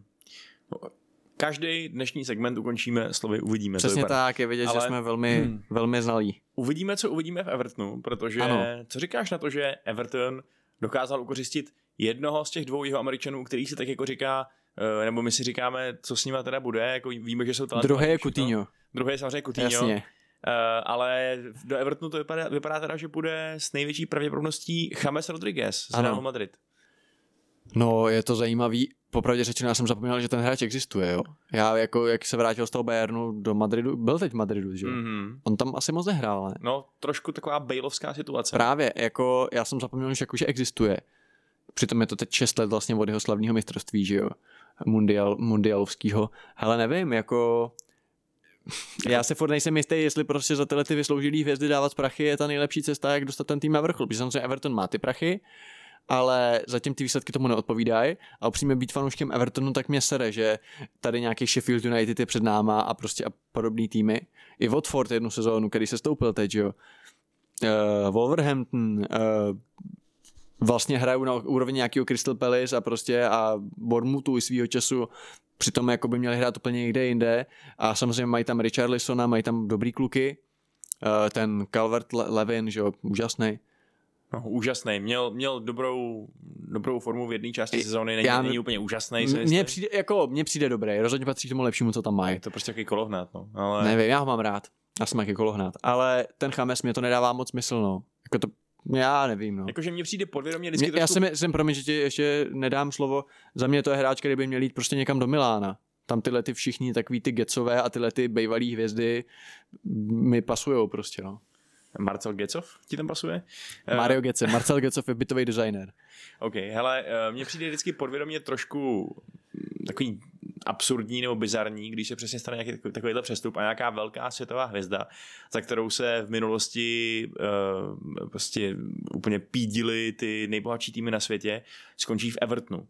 Každý dnešní segment ukončíme slovy uvidíme. Přesně tak, je vidět, ale... že jsme velmi, hmm. velmi znalí. Uvidíme, co uvidíme v Evertonu, protože ano. co říkáš na to, že Everton dokázal ukořistit jednoho z těch dvou jeho Američanů, který si tak jako říká, nebo my si říkáme, co s nima teda bude, jako víme, že jsou talentovaní. Druhý je Coutinho. Druhý je samozřejmě Coutinho. Jasně. Uh, ale do Evertonu to vypadá, vypadá teda, že bude s největší pravděpodobností James Rodriguez z Realu Madrid. No, je to zajímavý. Popravdě řečeno, já jsem zapomněl, že ten hráč existuje, jo. Já jako, jak se vrátil z toho Bayernu do Madridu, byl teď v Madridu, že jo. Mm-hmm. On tam asi moc nehrál, ne? No, trošku taková bailovská situace. Právě, jako já jsem zapomněl, že jakože existuje. Přitom je to teď šest let vlastně od jeho slavného mistrovství, že jo. Mundial, mundialovskýho. Hele, nevím, jako... Já se furt nejsem jistý, jestli prostě za tyhle ty vysloužilý hvězdy dávat prachy je ta nejlepší cesta, jak dostat ten tým na vrchol. Protože samozřejmě Everton má ty prachy, ale zatím ty výsledky tomu neodpovídají a upřímně být fanouškem Evertonu, tak mě sere, že tady nějaký Sheffield United je před náma a prostě a podobný týmy. I Watford jednu sezónu, který se stoupil teď, jo. Uh, Wolverhampton, uh, vlastně hrajou na úrovni nějakého Crystal Palace a prostě a Bournemouthu i svýho času přitom jako by měli hrát úplně někde jinde a samozřejmě mají tam Richarlisona, mají tam dobrý kluky, uh, ten Calvert-Lewin, že jo, úžasný. No, úžasný. Měl, měl dobrou, dobrou formu v jedné části sezóny, není, Já, není úplně úžasný. Mně přijde, jako, mně přijde dobrý, rozhodně patří k tomu lepšímu, co tam mají. Je to prostě takový kolohnát, no. Ale... Nevím, já ho mám rád. Já jsem taky kolohnát. Ale ten James mě to nedává moc smysl, no. Jako to, já nevím, no. Jakože mně přijde podvědomě vždycky mě, trošku... Já jsem, jsem promiň, že ti ještě nedám slovo. Za mě to je hráč, který by měl jít prostě někam do Milána. Tam tyhle ty všichni takový ty Gecové a tyhle ty bejvalý hvězdy mi pasujou prostě, no. Marcel Gecov ti tam pasuje? Mario Gece, Marcel Gecov je bytový designer. OK, hele, mně přijde vždycky podvědomě trošku takový absurdní nebo bizarní, když se přesně stane nějaký takovýhle přestup a nějaká velká světová hvězda, za kterou se v minulosti uh, prostě úplně pídili ty nejbohatší týmy na světě, skončí v Evertonu.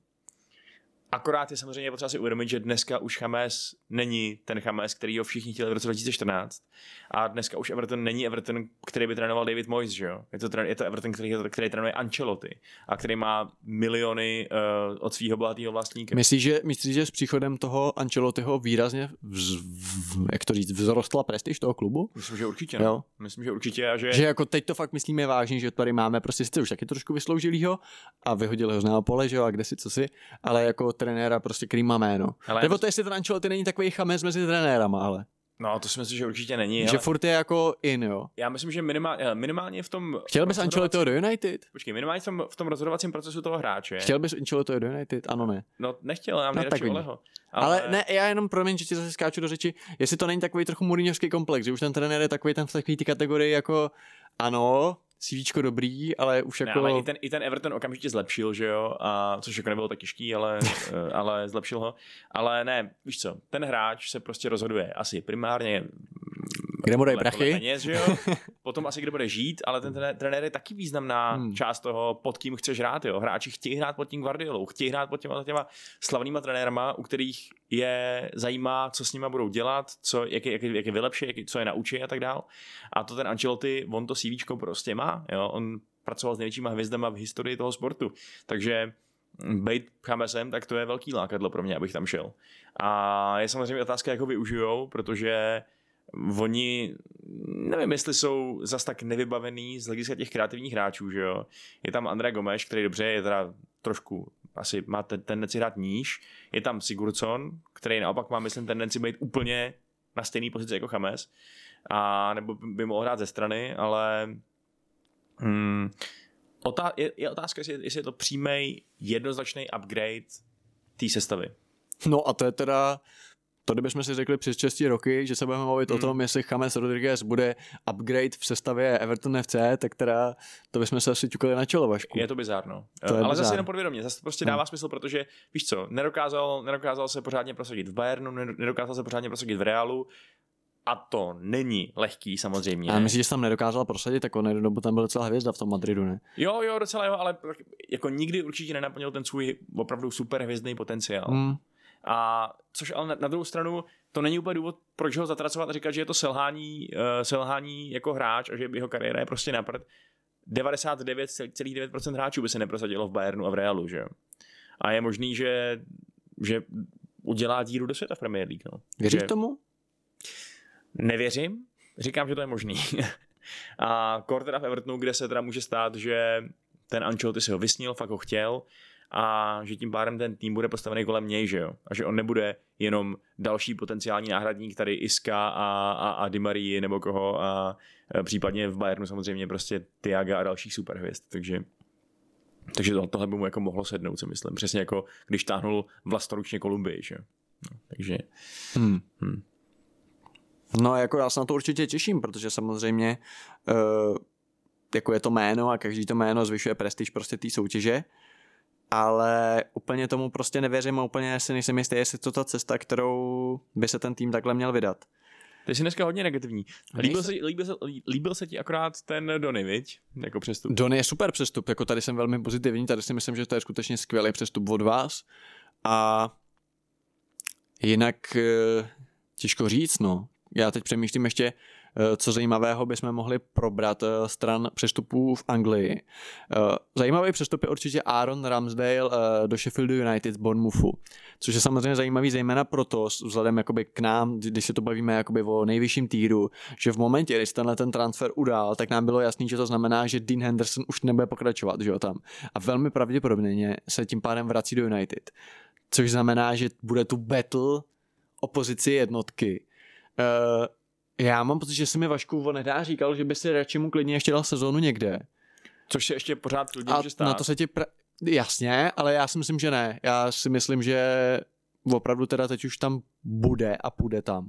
Akorát je samozřejmě potřeba si uvědomit, že dneska už James není ten James, který ho všichni chtěli v roce dva tisíce čtrnáct. A dneska už Everton není Everton, který by trénoval David Moyes, že jo? Je to, je to Everton, který, který trénuje Ancelotti a který má miliony uh, od svého bohatého vlastníka. Myslíš, že, myslíš, že s příchodem toho Ancelottiho výrazně vz, v, jak to říct, vzrostla prestiž toho klubu? Myslím, že určitě. No. Myslím, že určitě. A že... že jako teď to fakt myslíme vážně, že tady máme prostě sice už taky trošku vysloužilýho a vyhodili ho z Neapole, že jo, a kde si, co si, ale jako trenéra prostě, který má jméno. Ale nebo to, jestli ten Ancelotti není takový James mezi trenérama, ale. No, to si myslím, že určitě není. Že ale... furt je jako in, jo. Já myslím, že minimálně, minimálně v tom... Chtěl bys Ancelottiho do United? Počkej, minimálně v tom, v tom rozhodovacím procesu toho hráče. Chtěl bys Ancelottiho do United? Ano, ne. No, nechtěl, já mám no, nejradši Oleho. Ale... ale ne, já jenom promiň, že ti zase skáču do řeči, jestli to není takový trochu Mourinhovský komplex, že už ten trenér je takový ten v takový ty kategorii jako ano, CVčko dobrý, ale už jako... Ne, ale i ten, i ten Everton okamžitě zlepšil, že jo, a což jako nebylo tak těžký, ale, ale zlepšil ho. Ale ne, víš co, ten hráč se prostě rozhoduje asi primárně kde mu dají prachy? Peněz, že jo? Potom asi kde bude žít, ale ten trenér je taky významná hmm. část toho, pod kým chceš hrát. Jo? Hráči chtějí hrát pod tím Guardiolou, chtějí hrát pod těma, těma slavnýma trenérama, u kterých je zajímá, co s nima budou dělat, co, jak, je, jak, je, jak je vylepší, jak, co je naučí a tak dál. A to ten Ancelotti, on to CVčko prostě má. Jo? On pracoval s největšíma hvězdama v historii toho sportu. Takže bejt Chamesem, tak to je velký lákadlo pro mě, abych tam šel. A je samozřejmě otázka, jak ho využijou, protože oni, nevím, jestli jsou zas tak nevybavený z hlediska těch kreativních hráčů, že jo. Je tam André Gomes, který dobře je teda trošku, asi má tendenci hrát níž. Je tam Sigurdsson, který naopak má, myslím, tendenci být úplně na stejné pozici jako James. A nebo by mohl hrát ze strany, ale hmm, otá- je, je otázka, jestli, jestli je to přímý jednoznačný upgrade té sestavy. No a to je teda... To kdybychom si řekli přes šest roky, že se budeme mluvit hmm. o tom, jestli James Rodriguez bude upgrade v sestavě Everton F C, tak teda to bychom se asi ťukali na čelo, Vašku. Je to bizárno. Ale bizár. Zase jenom podvědomě, zase prostě dává hmm. smysl, protože víš co, nedokázal, nedokázal se pořádně prosadit v Bayernu, nedokázal se pořádně prosadit v Realu a to není lehký samozřejmě. A myslíš, že tam nedokázal prosadit, tak on jednu dobu tam byl docela hvězda v tom Madridu, ne? Jo, jo, docela jo, ale jako nikdy určitě nenaplnil ten svůj opravdu super hvězdný potenciál. Hmm. A což ale na, na druhou stranu to není úplně důvod, proč ho zatracovat a říkat, že je to selhání, uh, selhání jako hráč a že jeho kariéra je prostě na prd. devadesát devět celá devět procent hráčů by se neprosadilo v Bayernu a v Realu, že jo. A je možný, že, že udělá díru do světa v Premier League. No. Věříš že... tomu? Nevěřím, říkám, že to je možný. A kor teda v Evertonu, kde se teda může stát, že ten Ancelotti si ho vysnil, fakt ho chtěl, a že tím pádem ten tým bude postavený kolem něj, že jo? A že on nebude jenom další potenciální náhradník tady Iska a, a, a Di Marii nebo koho a, a případně v Bayernu samozřejmě prostě Thiaga a dalších superhvězd, takže takže to, tohle by mu jako mohlo sednout, si myslím. Přesně jako když táhnul vlastoručně Kolumbii, že jo? No, takže hmm. Hmm. No jako já se na to určitě těším, protože samozřejmě uh, jako je to jméno a každý to jméno zvyšuje prestiž prostě té soutěže, ale úplně tomu prostě nevěřím a úplně si nejsem jistý, jestli to ta cesta, kterou by se ten tým takhle měl vydat. Ty jsi dneska hodně negativní. Líbil se, líbil, se, líbil se ti akorát ten Donny, viď? Jako přestup. Donny je super přestup, jako tady jsem velmi pozitivní, tady si myslím, že to je skutečně skvělý přestup od vás a jinak těžko říct, no. Já teď přemýšlím ještě, co zajímavého bychom mohli probrat stran přestupů v Anglii. Zajímavý přestup je určitě Aaron Ramsdale do Sheffieldu United z Bournemouthu, což je samozřejmě zajímavý zejména proto, vzhledem jakoby k nám, když se to bavíme jakoby o nejvyšším týru, že v momentě, kdy se tenhle ten transfer udál, tak nám bylo jasný, že to znamená, že Dean Henderson už nebude pokračovat, že jo, tam. A velmi pravděpodobně se tím pádem vrací do United. Což znamená, že bude tu battle o pozici jednotky. Uh, já mám pocit, že si mi Vašku nedá říkal, že by si radši mu klidně ještě dal sezónu někde. Což se ještě pořád klidně a může stát. Na to se ti pra... Jasně, ale já si myslím, že ne. Já si myslím, že opravdu teda teď už tam bude a půjde tam.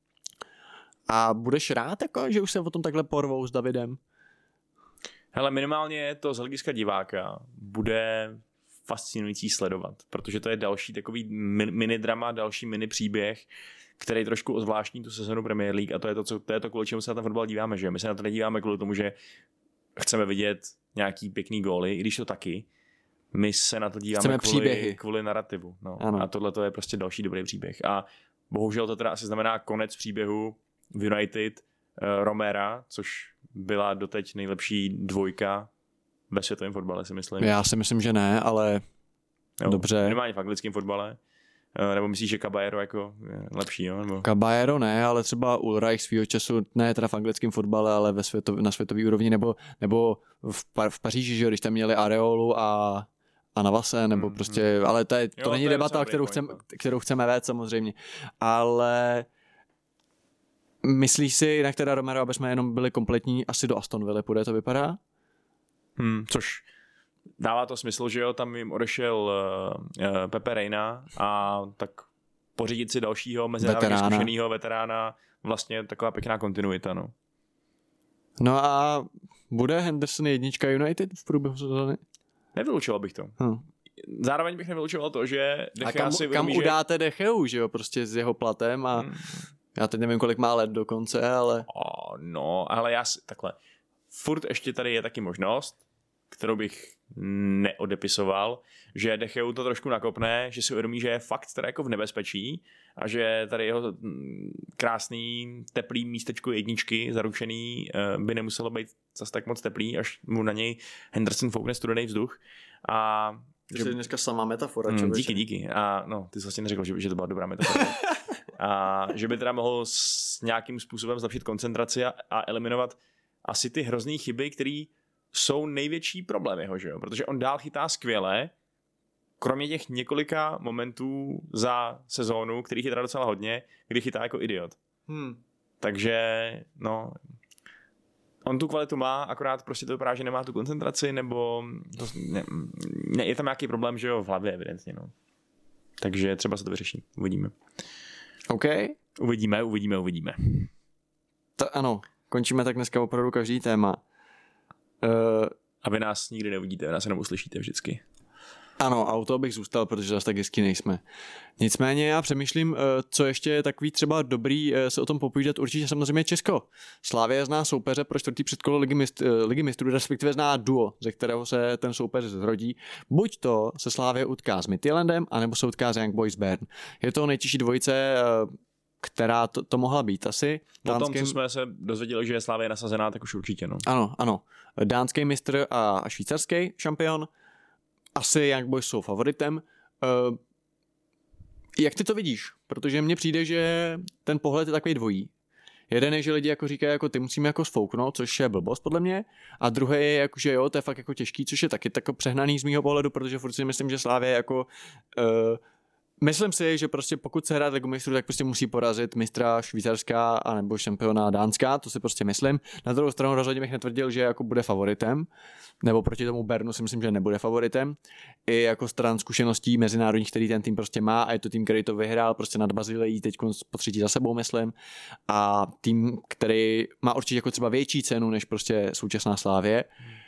A budeš rád, jako, že už se o tom takhle porvou s Davidem? Hele, minimálně to z hlediska diváka bude fascinující sledovat, protože to je další takový mini drama, další mini příběh, který trošku ozvláštní tu sezonu Premier League, a to je to, co, to je to, kvůli čemu se na ten fotbal díváme, že my se na to nedíváme kvůli tomu, že chceme vidět nějaký pěkný góly, i když to taky, my se na to díváme kvůli, kvůli narrativu. No. A tohle to je prostě další dobrý příběh. A bohužel to teda asi znamená konec příběhu v United uh, Romera, což byla doteď nejlepší dvojka ve světovém fotbale, si myslím. Já si myslím, že ne, ale jo, dobře. Minimálně v anglickém fotbale. Nebo myslíš, že Caballero jako je lepší, jo? Nebo... Caballero ne, ale třeba Ulreich svýho času, ne teda v anglickém fotbale, ale ve světov, na světové úrovni, nebo, nebo v, pa, v Paříži, že jo, když tam měli Areolu a, a Navase, nebo mm, prostě, mm. ale to, je, to jo, není to debata, kterou, chcem, kterou chceme vést samozřejmě. Ale myslíš si jinak teda, Romero, aby jsme jenom byli kompletní, asi do Aston Villa půjde, to vypadá? Hmm, což dává to smysl, že jo, tam jim odešel uh, uh, Pepe Reina a tak pořídit si dalšího mezinárodně zkušenýho veterána, vlastně taková pěkná kontinuita, no. No a bude Henderson jednička United v průběhu sezóny? Nevylučoval bych to. Hmm. Zároveň bych nevylučoval to, že De Gea si kam uvědomí, udáte De Geu, že jo, prostě s jeho platem a hmm. já teď nevím, kolik má let dokonce, ale... Oh, no, ale já si, takhle, furt ještě tady je taky možnost, kterou bych neodepisoval, že De Geu to trošku nakopne, že si uvědomí, že je fakt teda jako v nebezpečí a že tady jeho krásný teplý místečko jedničky zaručený by nemuselo být zase tak moc teplý, až mu na něj Henderson foukne studený vzduch. A že... To je dneska samá metafora. Mm, díky, díky. A no, ty jsi vlastně neřekl, že, že to byla dobrá metafora. A že by teda mohl s nějakým způsobem zlepšit koncentraci a, a eliminovat asi ty hrozný chyby, které jsou největší problém jeho, že jo? Protože on dál chytá skvěle, kromě těch několika momentů za sezónu, kterých je teda docela hodně, kdy chytá jako idiot. Hmm. Takže, no, on tu kvalitu má, akorát prostě to vypadá, že nemá tu koncentraci, nebo to, ne, ne, je tam nějaký problém, že jo, v hlavě evidentně, no. Takže třeba se to vyřeší, uvidíme. OK. Uvidíme, uvidíme, uvidíme. To, ano, končíme tak dneska opravdu každý téma. Uh, a vy nás nikdy neuvidíte, vy nás jenom uslyšíte vždycky. Ano, a u toho bych zůstal, protože zase tak hezky nejsme. Nicméně já přemýšlím, co ještě je takový třeba dobrý se o tom popovídat, určitě samozřejmě Česko. Slavia zná soupeře pro čtvrtý předkolo ligy, mistr, ligy mistrů, respektive zná duo, ze kterého se ten soupeř zrodí. Buď to se Slavia utká s Midtjyllandem, anebo se utká s Young Boys Bern. Je to nejtěžší dvojice, která to, to mohla být asi. Po tom, co jsme se dozvěděli, že je Slavia nasazená, tak už určitě, no. Ano, ano. Dánský mistr a švýcarský šampion. Asi Young Boys jsou favoritem. Uh, jak ty to vidíš? Protože mně přijde, že ten pohled je takový dvojí. Jeden je, že lidi jako říkají, jako ty musíme jako sfouknout, což je blbost podle mě. A druhý je, jako, že jo, to je fakt jako těžký, což je taky tak přehnaný z mýho pohledu, protože furt si myslím, že Slavia je jako... Uh, Myslím si, že prostě pokud se hrát Ligu mistrů, tak prostě musí porazit mistra Švýcarská a nebo šampiona Dánska, to si prostě myslím. Na druhou stranu rozhodně bych netvrdil, že jako bude favoritem, nebo proti tomu Bernu si myslím, že nebude favoritem. I jako stran zkušeností mezinárodních, který ten tým prostě má, a je to tým, který to vyhrál prostě nad Bazilejí teď po třetí za sebou, myslím. A tým, který má určitě jako třeba větší cenu než prostě současná Slavie.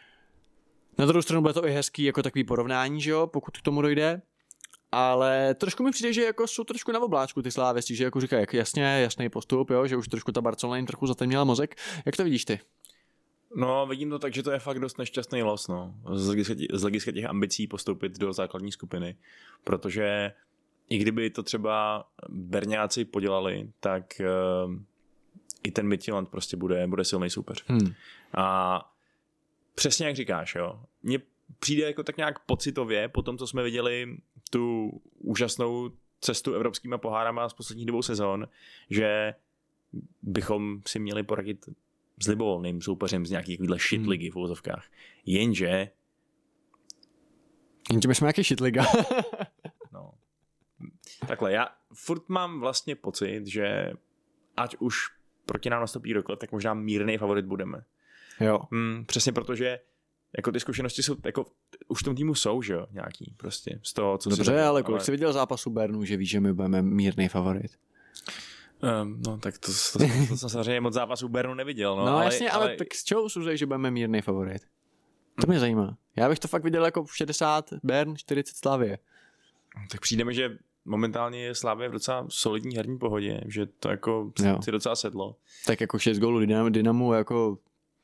Na druhou stranu bude to i hezký jako takový porovnání, že jo, pokud k tomu dojde. Ale trošku mi přijde, že jako jsou trošku na obláčku ty Slávisti, že jako říkají, jak jasně, jasný postup, jo, že už trošku ta Barcelona jim trochu zatemnila mozek. Jak to vidíš ty? No, vidím to tak, že to je fakt dost nešťastný los, no. Z hlediska těch ambicí postoupit do základní skupiny, protože i kdyby to třeba Berňáci podělali, tak uh, i ten Midtjylland prostě bude, bude silný soupeř. Hmm. A přesně jak říkáš, jo. Mně přijde jako tak nějak pocitově po tom, co jsme viděli tu úžasnou cestu evropskýma pohárama z posledních dvou sezon, že bychom si měli poradit s libovolným soupeřem z nějakých takovýhle shit Hmm. ligy v uvozovkách. Jenže Jenže my jsme nějaký shitliga. no, takhle, já furt mám vlastně pocit, že ať už proti nám nastoupí kdokoliv, tak možná mírnej favorit budeme. Jo. Hmm, přesně protože jako ty zkušenosti jsou, jako už v tom týmu jsou, že jo, nějaký prostě z toho, co si Dobře, řekl, ale kolik jsi viděl zápasu Bernu, že víš, že my budeme mírný favorit? Um, no tak to, to, to, to jsem samozřejmě moc zápasů Bernu neviděl. No, No, ale, jasně, ale, ale tak z čeho usuzuješ, že budeme mírný favorit? To mě zajímá. Já bych to fakt viděl jako šedesát Bern, čtyřicet Slavie. tak přijde mi, že momentálně je Slavia v docela solidní herní pohodě, že to jako Jo. si docela sedlo. Tak jako šest gólů Dynamo, Dynamu jako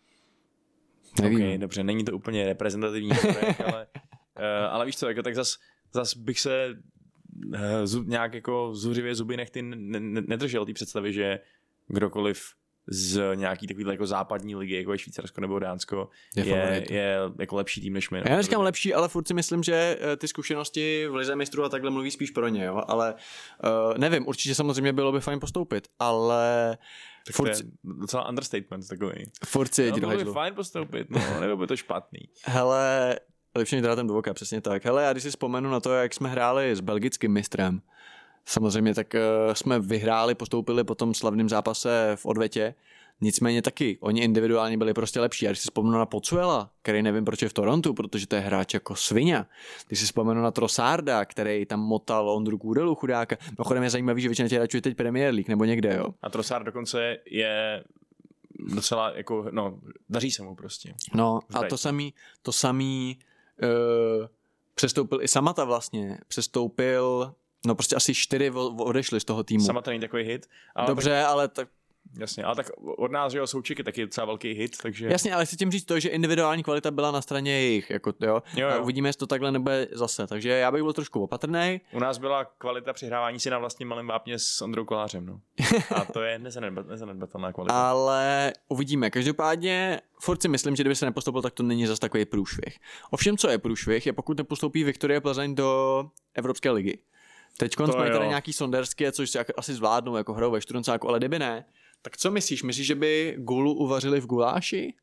nevím. Ok, dobře, není to úplně reprezentativní projekt, ale, uh, ale víš co, jako, tak zas, zas bych se uh, zub, nějak jako zuřivě zuby nechty ne, ne, nedržel té představy, že kdokoliv z nějaký takovýhle jako západní ligy, jako je Švýcarsko nebo Dánsko, Je je, favorit. je jako lepší tým než my. Já neříkám lepší, ale furt si myslím, že eh, ty zkušenosti v lize mistrů a takhle mluví spíš pro ně, jo? Ale uh, nevím, určitě samozřejmě bylo by fajn postoupit, ale Tak furt, to je docela understatement takový. furt si No, jedi do bylo by hajzlu. fajn postoupit, no, nebo by to špatný. Hele, lepší než drátem do voka, přesně tak. Hele, já když si vzpomenu na to, jak jsme hráli s belgickým mistrem, samozřejmě tak uh, jsme vyhráli, postoupili po tom slavném zápase v odvetě, nicméně taky, oni individuálně byli prostě lepší. Já když si vzpomenu na Pozuela, který nevím proč je v Torontu, protože to je hráč jako svině. Když si vzpomenu na Trossarda, který tam motal Ondru Kůdelu, chudáka. Mimochodem je zajímavý, že většina těch hráčů je teď Premier League nebo někde, jo. A Trossard dokonce je docela jako, no, daří se mu prostě. No a Zdaj. to samý, to samý uh, přestoupil i Samata vlastně, přestoupil, no prostě asi čtyři vo- odešli z toho týmu. Sama to není takový hit. Ale Dobře, tak, ale tak, jasně, ale tak od nás, že jo, Souček je taky docela velký hit, takže... jasně, ale chci tím říct to, že individuální kvalita byla na straně jejich, jako, jo? Jo, A jo. uvidíme, jestli to takhle nebude zase, takže já bych byl trošku opatrnej. U nás byla kvalita přihrávání si na vlastním malém vápně s Ondrou Kolářem, no. A to je nezanedbat, nezanedbatelná kvalita. Ale uvidíme. Každopádně furt si myslím, že kdyby se nepostoupil, tak to není zas takový průšvih. Ovšem, co je průšvih, je pokud nepostoupí Viktoria Plzeň do Evropské ligy. Teď To mají tady jo. nějaký sonderské, což si jako asi zvládnou, jako hrou ve Štruncáku, ale kdyby ne, tak co myslíš? Myslíš, že by gulu uvařili v guláši?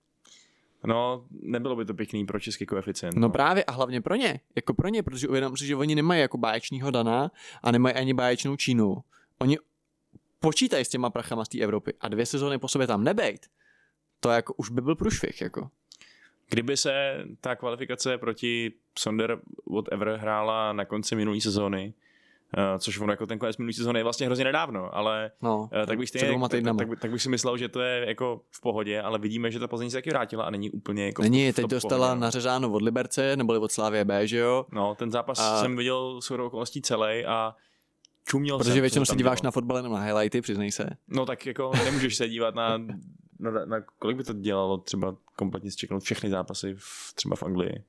No, nebylo by to pěkný pro český koeficient. No právě a hlavně pro ně, jako pro ně, protože uvědom si, že oni nemají jako báječního Dana a nemají ani báječnou Čínu. Oni počítají s těma prachama z té Evropy a dvě sezóny po sobě tam nebejt. To jako už by byl průšvih, jako. Kdyby se ta kvalifikace proti Sonder whatever hrála na konci minulé sezóny, Uh, což ono jako ten konec minulý sezóny je vlastně hrozně nedávno, ale No, uh, tak, bych před stejně, dvouma tak, týdnama. tak, tak, tak bych si myslel, že to je jako v pohodě, ale vidíme, že ta Plzeň se taky vrátila a není úplně jako Není, v teď top dostala pohodě, no. nařezáno od Liberce, neboli od Slávie B, že jo? No, ten zápas A- jsem viděl shodou okolností celý a čuměl jsem. Protože většinou co se tam díváš dělo. na fotbal jenom na highlighty, přiznej se. No tak jako nemůžeš se dívat na, na, na kolik by to dělalo třeba kompletně zčeknout všechny zápasy v, třeba v Anglii.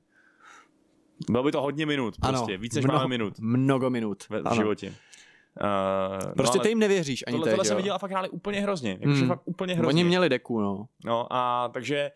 Bylo by to hodně minut, prostě, víc než máme minut Mnoho minut. ve v Ano. životě. Uh, Prostě no, ty jim nevěříš ani tohle, teď, tohle jsem jo. viděl a fakt hráli úplně hrozně. Jakože Hmm. fakt úplně hrozně. Oni měli deku, no. No a takže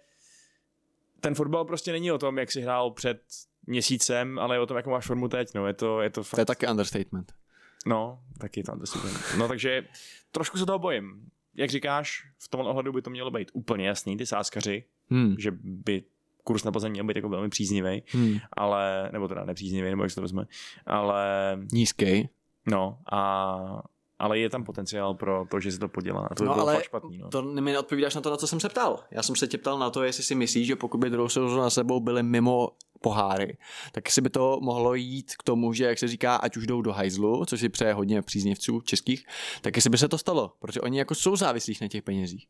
ten fotbal prostě není o tom, jak jsi hrál před měsícem, ale je o tom, jakou máš formu teď. No, je to, je to fakt... To je taky understatement. No, taky tam to super. No takže trošku se toho bojím. Jak říkáš, v tomhle ohledu by to mělo být úplně jasný, ty sáskaři, Hmm. že by kurz na Plzeň měl být jako velmi příznivý, Hmm. ale, nebo teda nepříznivý, nebo jak se to vezme, ale Nízkej. no a ale je tam potenciál pro to, že se to podělá. A to by No bylo ale fakt špatný. No. to mi neodpovídáš na to, na co jsem se ptal. Já jsem se tě ptal na to, jestli si myslíš, že pokud by druhou sezónu na sebou byly mimo poháry, tak si by to mohlo jít k tomu, že jak se říká, ať už jdou do hajzlu, což si přeje hodně příznivců českých, tak jestli by se to stalo, protože oni jako jsou závislí na těch penězích.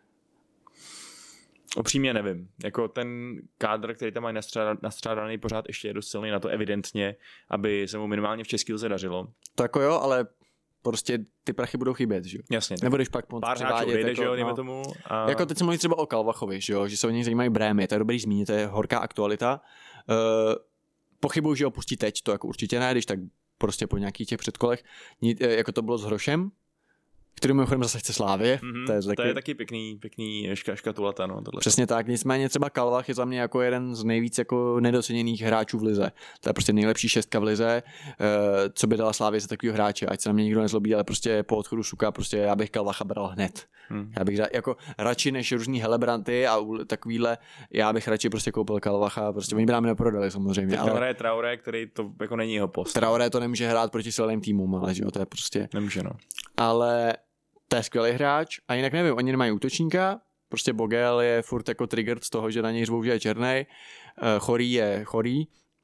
Upřímně nevím. Jako ten kádr, který tam mají nastřádaný, nastřádaný pořád ještě je dost silný na to evidentně, aby se mu minimálně v český lize dařilo. To jako jo, ale prostě ty prachy budou chybět, že jo? Jasně. Tak Nebudeš pak moc pár hráčů převádět, odejde, jako, že jo, dejme no. tomu. A... Jako teď se mluví třeba o Kalvachovi, že, jo? Že se o něj zajímají Brémy, to je dobrý zmínit, to je horká aktualita. Uh, pochybuju, že ho pustí teď, to jako určitě ne, když tak prostě po nějakých těch předkolech, Ni- jako to bylo s Hrošem, který mimochodem zase chce Slávě. Mm-hmm, to, je taky... to je taky pěkný, pěkný ška, škatulata. No, tohle. Přesně tak, nicméně třeba Kalvach je za mě jako jeden z nejvíc jako nedoceněných hráčů v lize. To je prostě nejlepší šestka v lize, co by dala Slávě za takového hráče, ať se na mě nikdo nezlobí, ale prostě po odchodu Suka prostě já bych Kalvacha bral hned. Hmm. Já bych jako radši než různý Helebranty a takovýhle, já bych radši prostě koupil Kalvacha, prostě oni by nám neprodali samozřejmě. Teď ale hraje Traoré, který to jako není jeho post. Traoré to nemůže hrát proti silným týmům, ale že jo, to je prostě... Nemůže, no. Ale to je skvělý hráč a jinak nevím, oni nemají útočníka, prostě Bogel je furt jako triggered z toho, že na něj řvou, že je černej, Chorý je chorý,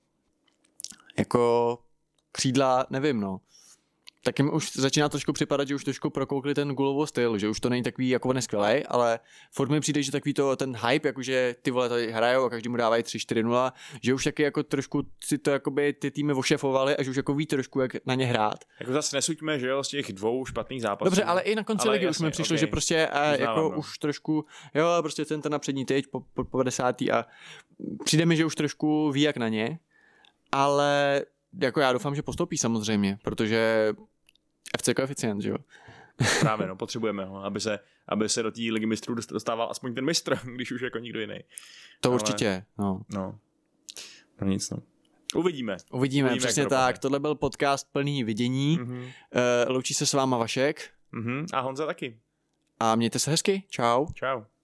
jako křídla, nevím, no. Tak jim už začíná trošku připadat, že už trošku prokoukli ten gulový styl, že už to není takový jako neskvělej, ale furt mi přijde, že takový to, ten hype, jakože ty vole tady hrajou a každý mu dávají tři čtyři nula, že už taky jako trošku si to jakoby ty týmy ošefovali a že už jako ví trošku, jak na ně hrát. Jako zase nesuďme, že jo, z těch dvou špatných zápasů. Dobře, ale i na konci ligy už mi přišlo, okay. Že prostě a, jako no. Už trošku, jo, prostě ten ten na přední teď po, po, po padesátý a přijde mi, že už trošku ví jak na ně, ale jako já doufám, že postoupí samozřejmě, protože F C koeficient, že jo? Právě, no, potřebujeme ho, aby se, aby se do té ligy mistrů dostával aspoň ten mistr, když už jako nikdo jiný. To Ale... určitě, no. No, no nic, no. Uvidíme. Uvidíme, Uvidíme přesně tak. Tohle byl podcast plný vidění. Mm-hmm. Uh, loučí se s váma Vašek. Mm-hmm. A Honza taky. A mějte se hezky. Čau. Čau.